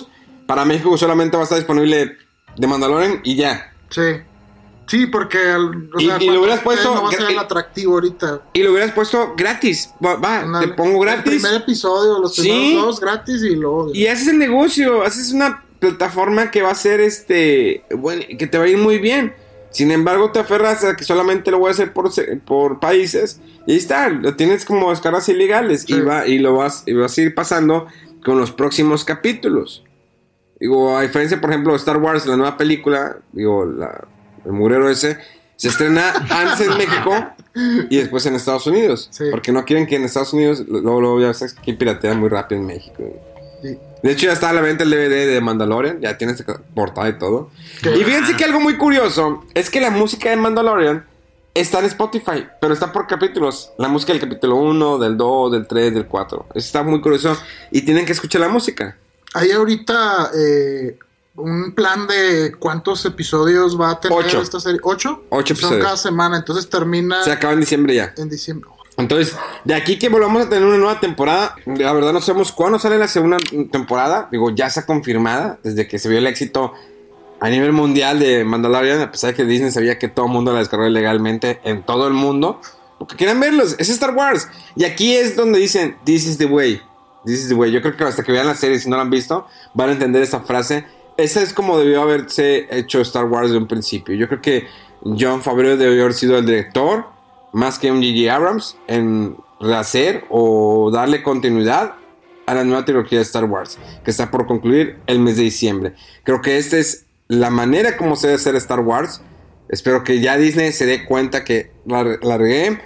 para México solamente va a estar disponible The Mandalorian y ya.
Sí. Sí, porque o
y,
sea,
y lo hubieras puesto
no va a ser el atractivo ahorita.
Y lo hubieras puesto gratis. Va, va
Una,
te pongo gratis.
El primer episodio, los primeros
sí.
dos gratis y luego.
Y haces el negocio, haces una plataforma que va a ser este, bueno, que te va a ir muy bien. Sin embargo, te aferras a que solamente lo voy a hacer por, por países y ahí está, lo tienes como descargas ilegales sí. y va y lo vas y vas a ir pasando con los próximos capítulos. Digo, a diferencia, por ejemplo, de Star Wars, la nueva película, digo, la el murero ese, se estrena antes en México y después en Estados Unidos. Sí. Porque no quieren que en Estados Unidos, luego, luego ya sabes que piratean muy rápido en México. Sí. De hecho, ya está a la venta el D V D de Mandalorian, ya tiene portada y todo. ¿Qué? Y fíjense que algo muy curioso es que la música de Mandalorian está en Spotify, pero está por capítulos. La música del capítulo uno, del dos, del tres, del cuatro. Eso está muy curioso y tienen que escuchar la música.
Hay ahorita... Eh... un plan de cuántos episodios va a tener
Ocho.
esta serie. ¿Ocho?
Ocho
Son
episodios.
cada semana, entonces termina...
Se acaba en diciembre ya.
En diciembre.
Entonces, de aquí que volvamos a tener una nueva temporada, la verdad no sabemos cuándo sale la segunda temporada. Digo, ya está confirmada desde que se vio el éxito a nivel mundial de Mandalorian, a pesar de que Disney sabía que todo el mundo la descargó ilegalmente en todo el mundo. Porque quieren verlos, es Star Wars. Y aquí es donde dicen, this is the way. This is the way. Yo creo que hasta que vean la serie, si no la han visto, van a entender esa frase. Esa es como debió haberse hecho Star Wars de un principio. Yo creo que Jon Favreau debió haber sido el director, más que un J J Abrams, en rehacer o darle continuidad a la nueva trilogía de Star Wars, que está por concluir el mes de diciembre. Creo que esta es la manera como se debe hacer Star Wars. Espero que ya Disney se dé cuenta que la, la regué.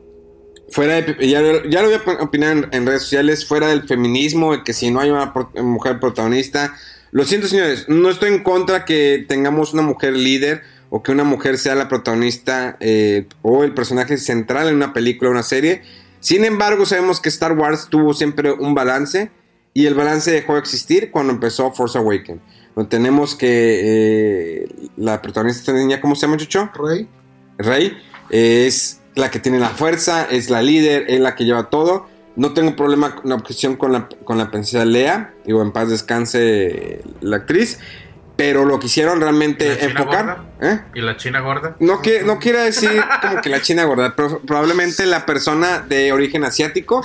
Fuera de, ya, ya lo voy a opinar en, en redes sociales, fuera del feminismo, de que si no hay una pro, mujer protagonista... Lo siento, señores, no estoy en contra que tengamos una mujer líder o que una mujer sea la protagonista eh, o el personaje central en una película o una serie. Sin embargo, sabemos que Star Wars tuvo siempre un balance y el balance dejó de existir cuando empezó Force Awakens. Donde tenemos que eh, la protagonista de niña, ¿cómo se llama, Chucho?
Rey.
Rey eh, es la que tiene la fuerza, es la líder, es la que lleva todo. No tengo problema, una objeción con la, con la princesa Leia. Digo, en paz descanse la actriz. Pero lo quisieron realmente enfocar. ¿Eh?
¿Y la china gorda?
No, que, no quiero decir como que la china gorda, pero probablemente la persona de origen asiático.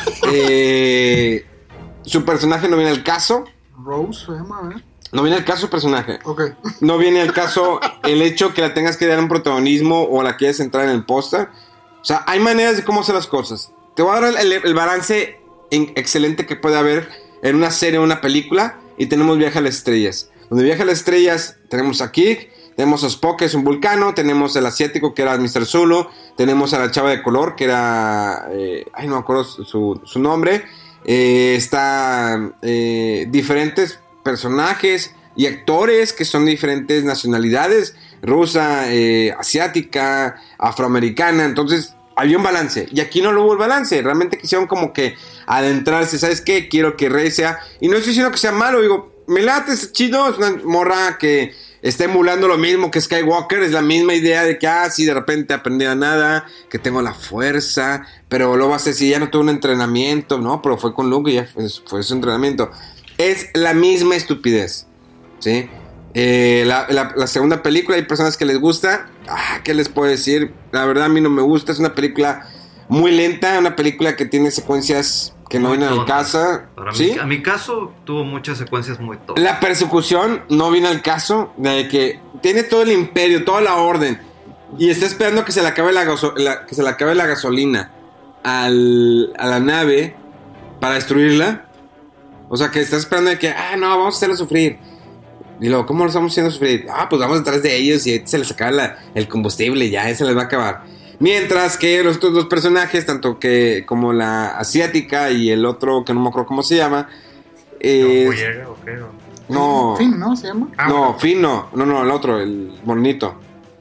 Eh, su personaje no viene al caso.
Rose se llama, ¿eh?
No viene al caso su personaje.
Ok.
No viene al caso el hecho que la tengas que dar un protagonismo o la quieres entrar en el póster. O sea, hay maneras de cómo hacer las cosas. Te voy a dar el, el balance excelente que puede haber en una serie o una película. Y tenemos Viaje a las Estrellas. Donde Viaje a las Estrellas tenemos a Kirk, tenemos a Spock, que es un vulcano, tenemos al asiático, que era mister Zulu, tenemos a la chava de color, que era... Eh, ay, no me acuerdo su, su nombre. Eh, está eh, diferentes personajes y actores que son de diferentes nacionalidades. Rusa, eh, asiática, afroamericana. Entonces... había un balance, y aquí no lo hubo el balance. Realmente quisieron como que adentrarse. ¿Sabes qué? Quiero que Rey sea... Y no estoy diciendo que sea malo, digo, me late, es chido. Es una morra que está emulando lo mismo que Skywalker. Es la misma idea de que, ah, sí, de repente aprendí a nada, que tengo la fuerza, pero luego vas a decir, ya no tuve un entrenamiento. No, pero fue con Luke y ya fue, fue su entrenamiento. Es la misma estupidez, ¿sí? Eh, la, la, la segunda película, hay personas que les gusta. Ah, ¿qué les puedo decir? La verdad a mí no me gusta. Es una película muy lenta, una película que tiene secuencias que no vienen al caso. ¿Sí?
Mi, a mi caso tuvo muchas secuencias muy top.
La persecución no viene al caso, de que tiene todo el imperio, toda la orden, y está esperando que se le acabe la, gaso- la, que se le acabe la gasolina al, a la nave para destruirla. O sea, que está esperando de que, ah, no, vamos a hacerlo sufrir. Y luego, ¿cómo lo estamos haciendo sufrir? Ah, pues vamos detrás de ellos y se les acaba la, el combustible, ya se les va a acabar. Mientras que los otros dos personajes, tanto que como la asiática y el otro, que no me acuerdo cómo se llama. Eh,
¿No llega o qué?
No.
Finn, ¿no? ¿Se llama?
Ah,
no,
bueno.
Finn no. No, no, el otro, el bonito.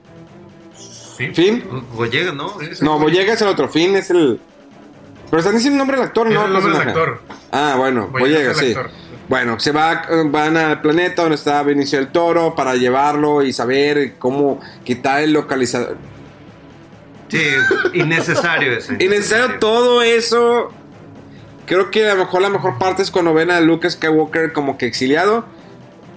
¿Sí?
¿Finn?
Boyega, ¿no?
No, Boyega es el otro. Finn es el... Pero están diciendo el nombre del actor,
Es
¿no?
el nombre del
personaje.
actor.
Ah, bueno,
Boyega
Boyega,
es el
sí.
actor.
Bueno, se va, van al planeta donde está Benicio del Toro para llevarlo y saber cómo quitar el localizador.
Sí, innecesario ese.
Innecesario todo eso. Creo que a lo mejor la mejor parte es cuando ven a Luke Skywalker como que exiliado.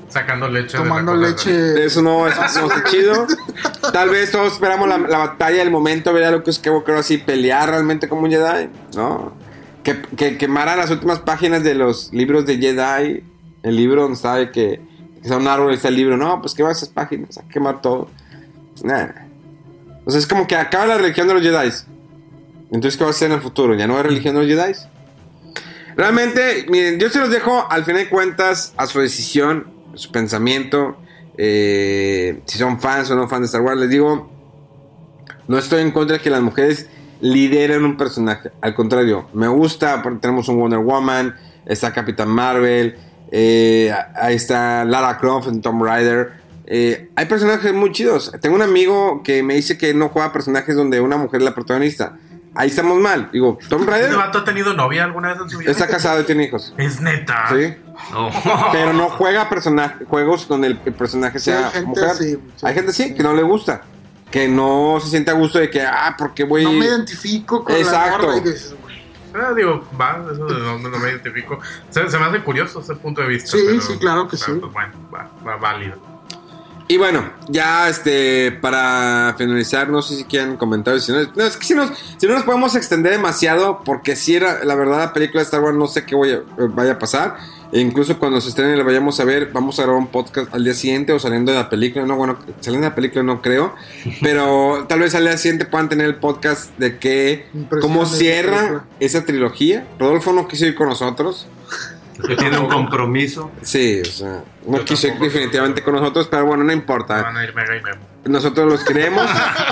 Sacando leche.
Tomando
de la
leche.
Eso no es, no es chido. Tal vez todos esperamos la, la batalla del momento, ver a Luke Skywalker así pelear realmente como un Jedi, ¿no? Que, que quemara las últimas páginas de los libros de Jedi. El libro donde sabe que, que sea un árbol y está el libro. No, pues quema esas páginas, a quemar todo. Nah. O sea, es como que acaba la religión de los Jedi. Entonces, ¿qué va a hacer en el futuro? ¿Ya no hay religión de los Jedi? Realmente, miren, yo se los dejo al final de cuentas a su decisión, a su pensamiento. Eh, si son fans o no fans de Star Wars, les digo, no estoy en contra de que las mujeres lideren un personaje. Al contrario, me gusta, porque tenemos un Wonder Woman, está Capitán Marvel, eh, ahí está Lara Croft en Tomb Raider. Eh, hay personajes muy chidos. Tengo un amigo que me dice que no juega personajes donde una mujer es la protagonista. Ahí estamos mal. Digo, Tomb Raider.
¿Este vato ha tenido novia alguna vez en su vida?
Está casado y tiene hijos.
Es neta.
Sí.
No.
Pero no juega personaje, juegos donde el, el personaje
Sí,
sea
hay gente
mujer.
así, sí.
Hay gente sí que no le gusta. Que no se siente a gusto de que, ah, porque voy.
No me identifico con
Exacto.
la morra y dices, güey.
Ah, digo, va, eso de no, no me identifico. Se, se me hace curioso ese punto de vista.
Sí,
pero,
sí, claro que
pero,
sí.
Pues, bueno, va, va válido.
Y bueno, ya este para finalizar, no sé si quieren comentarios. Si no, no, es que si, nos, si no nos podemos extender demasiado, porque si era la verdad la película de Star Wars, no sé qué voy a, vaya a pasar. E incluso cuando se estrene y la vayamos a ver, vamos a grabar un podcast al día siguiente o saliendo de la película. No, bueno, saliendo de la película no creo, pero tal vez al día siguiente puedan tener el podcast de que cómo cierra esa trilogía. Rodolfo no quiso ir con nosotros.
Que tiene un compromiso.
Sí, o sea, no
Yo
quiso ir
tampoco,
definitivamente con nosotros, pero bueno, no importa.
Van a ir Mega y Memo.
Nosotros los queremos.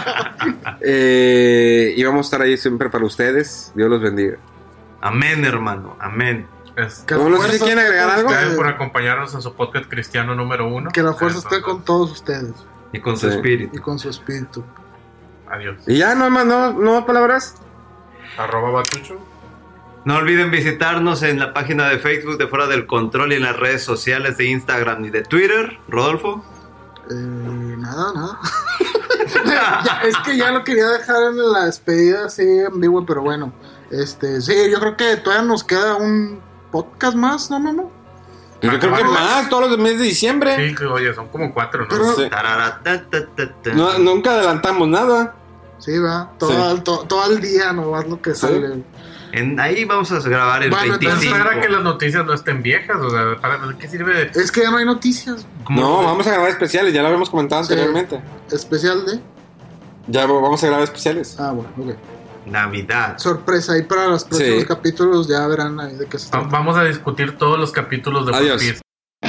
eh, y vamos a estar ahí siempre para ustedes. Dios los bendiga.
Amén, hermano. Amén.
Es,
Que
No,
la
no sé si
fuerza
quieren
esté
agregar
con
algo.
gracias
ustedes.
por acompañarnos en su podcast cristiano número uno.
Que la fuerza esté
Entonces,
con todos ustedes
Y con su
Sí.
espíritu.
y con su espíritu.
Adiós.
Y ya, no más, no, no más palabras.
Arroba Batucho.
No olviden visitarnos en la página de Facebook de Fuera del Control y en las redes sociales de Instagram y de Twitter. Rodolfo.
Eh, nada, nada. Ya, es que ya lo quería dejar en la despedida así en vivo, pero bueno. Este, sí, yo creo que todavía nos queda un podcast más, ¿no, Memo?
Yo creo que más, todos los meses de diciembre.
Sí, que oye, son como cuatro, ¿no?
Pero-
Sí.
Tararatatata.
No, nunca adelantamos nada.
Sí, va. Todo,
Sí.
to- todo el día nomás lo que sale.
En, ahí vamos a grabar el
Bueno, entonces,
veinticinco.
Para que las noticias no estén viejas, o sea, ¿para qué sirve?
Es que ya no hay noticias.
¿Cómo
No,
lo-
vamos a grabar especiales, ya lo habíamos comentado
Sí.
anteriormente.
Especial de.
Ya vamos a grabar especiales.
Ah, bueno, ok.
Navidad.
Sorpresa. Ahí para los próximos
Sí.
capítulos ya verán ahí de qué se
Va-
trata.
Vamos a discutir todos los capítulos de One
Adiós.
Piece.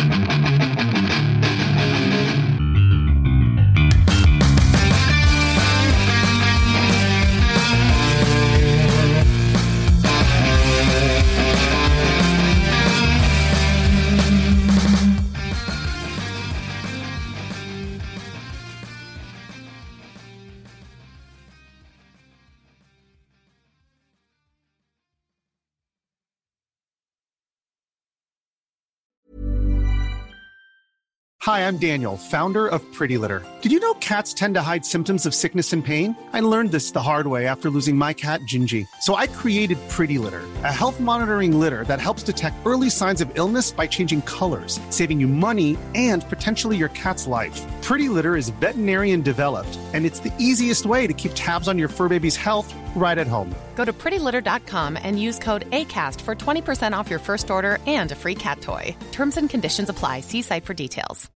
Hi, I'm Daniel, founder of Pretty Litter. Did you know cats tend to hide symptoms of sickness and pain? I learned this the hard way after losing my cat, Gingy. So I created Pretty Litter, a health monitoring litter that helps detect early signs of illness by changing colors, saving you money and potentially your cat's life. Pretty Litter is veterinarian developed, and it's the easiest way to keep tabs on your fur baby's health right at home.
Go to pretty litter dot com and use code ACAST for twenty percent off your first order and a free cat toy. Terms and conditions apply. See site for details.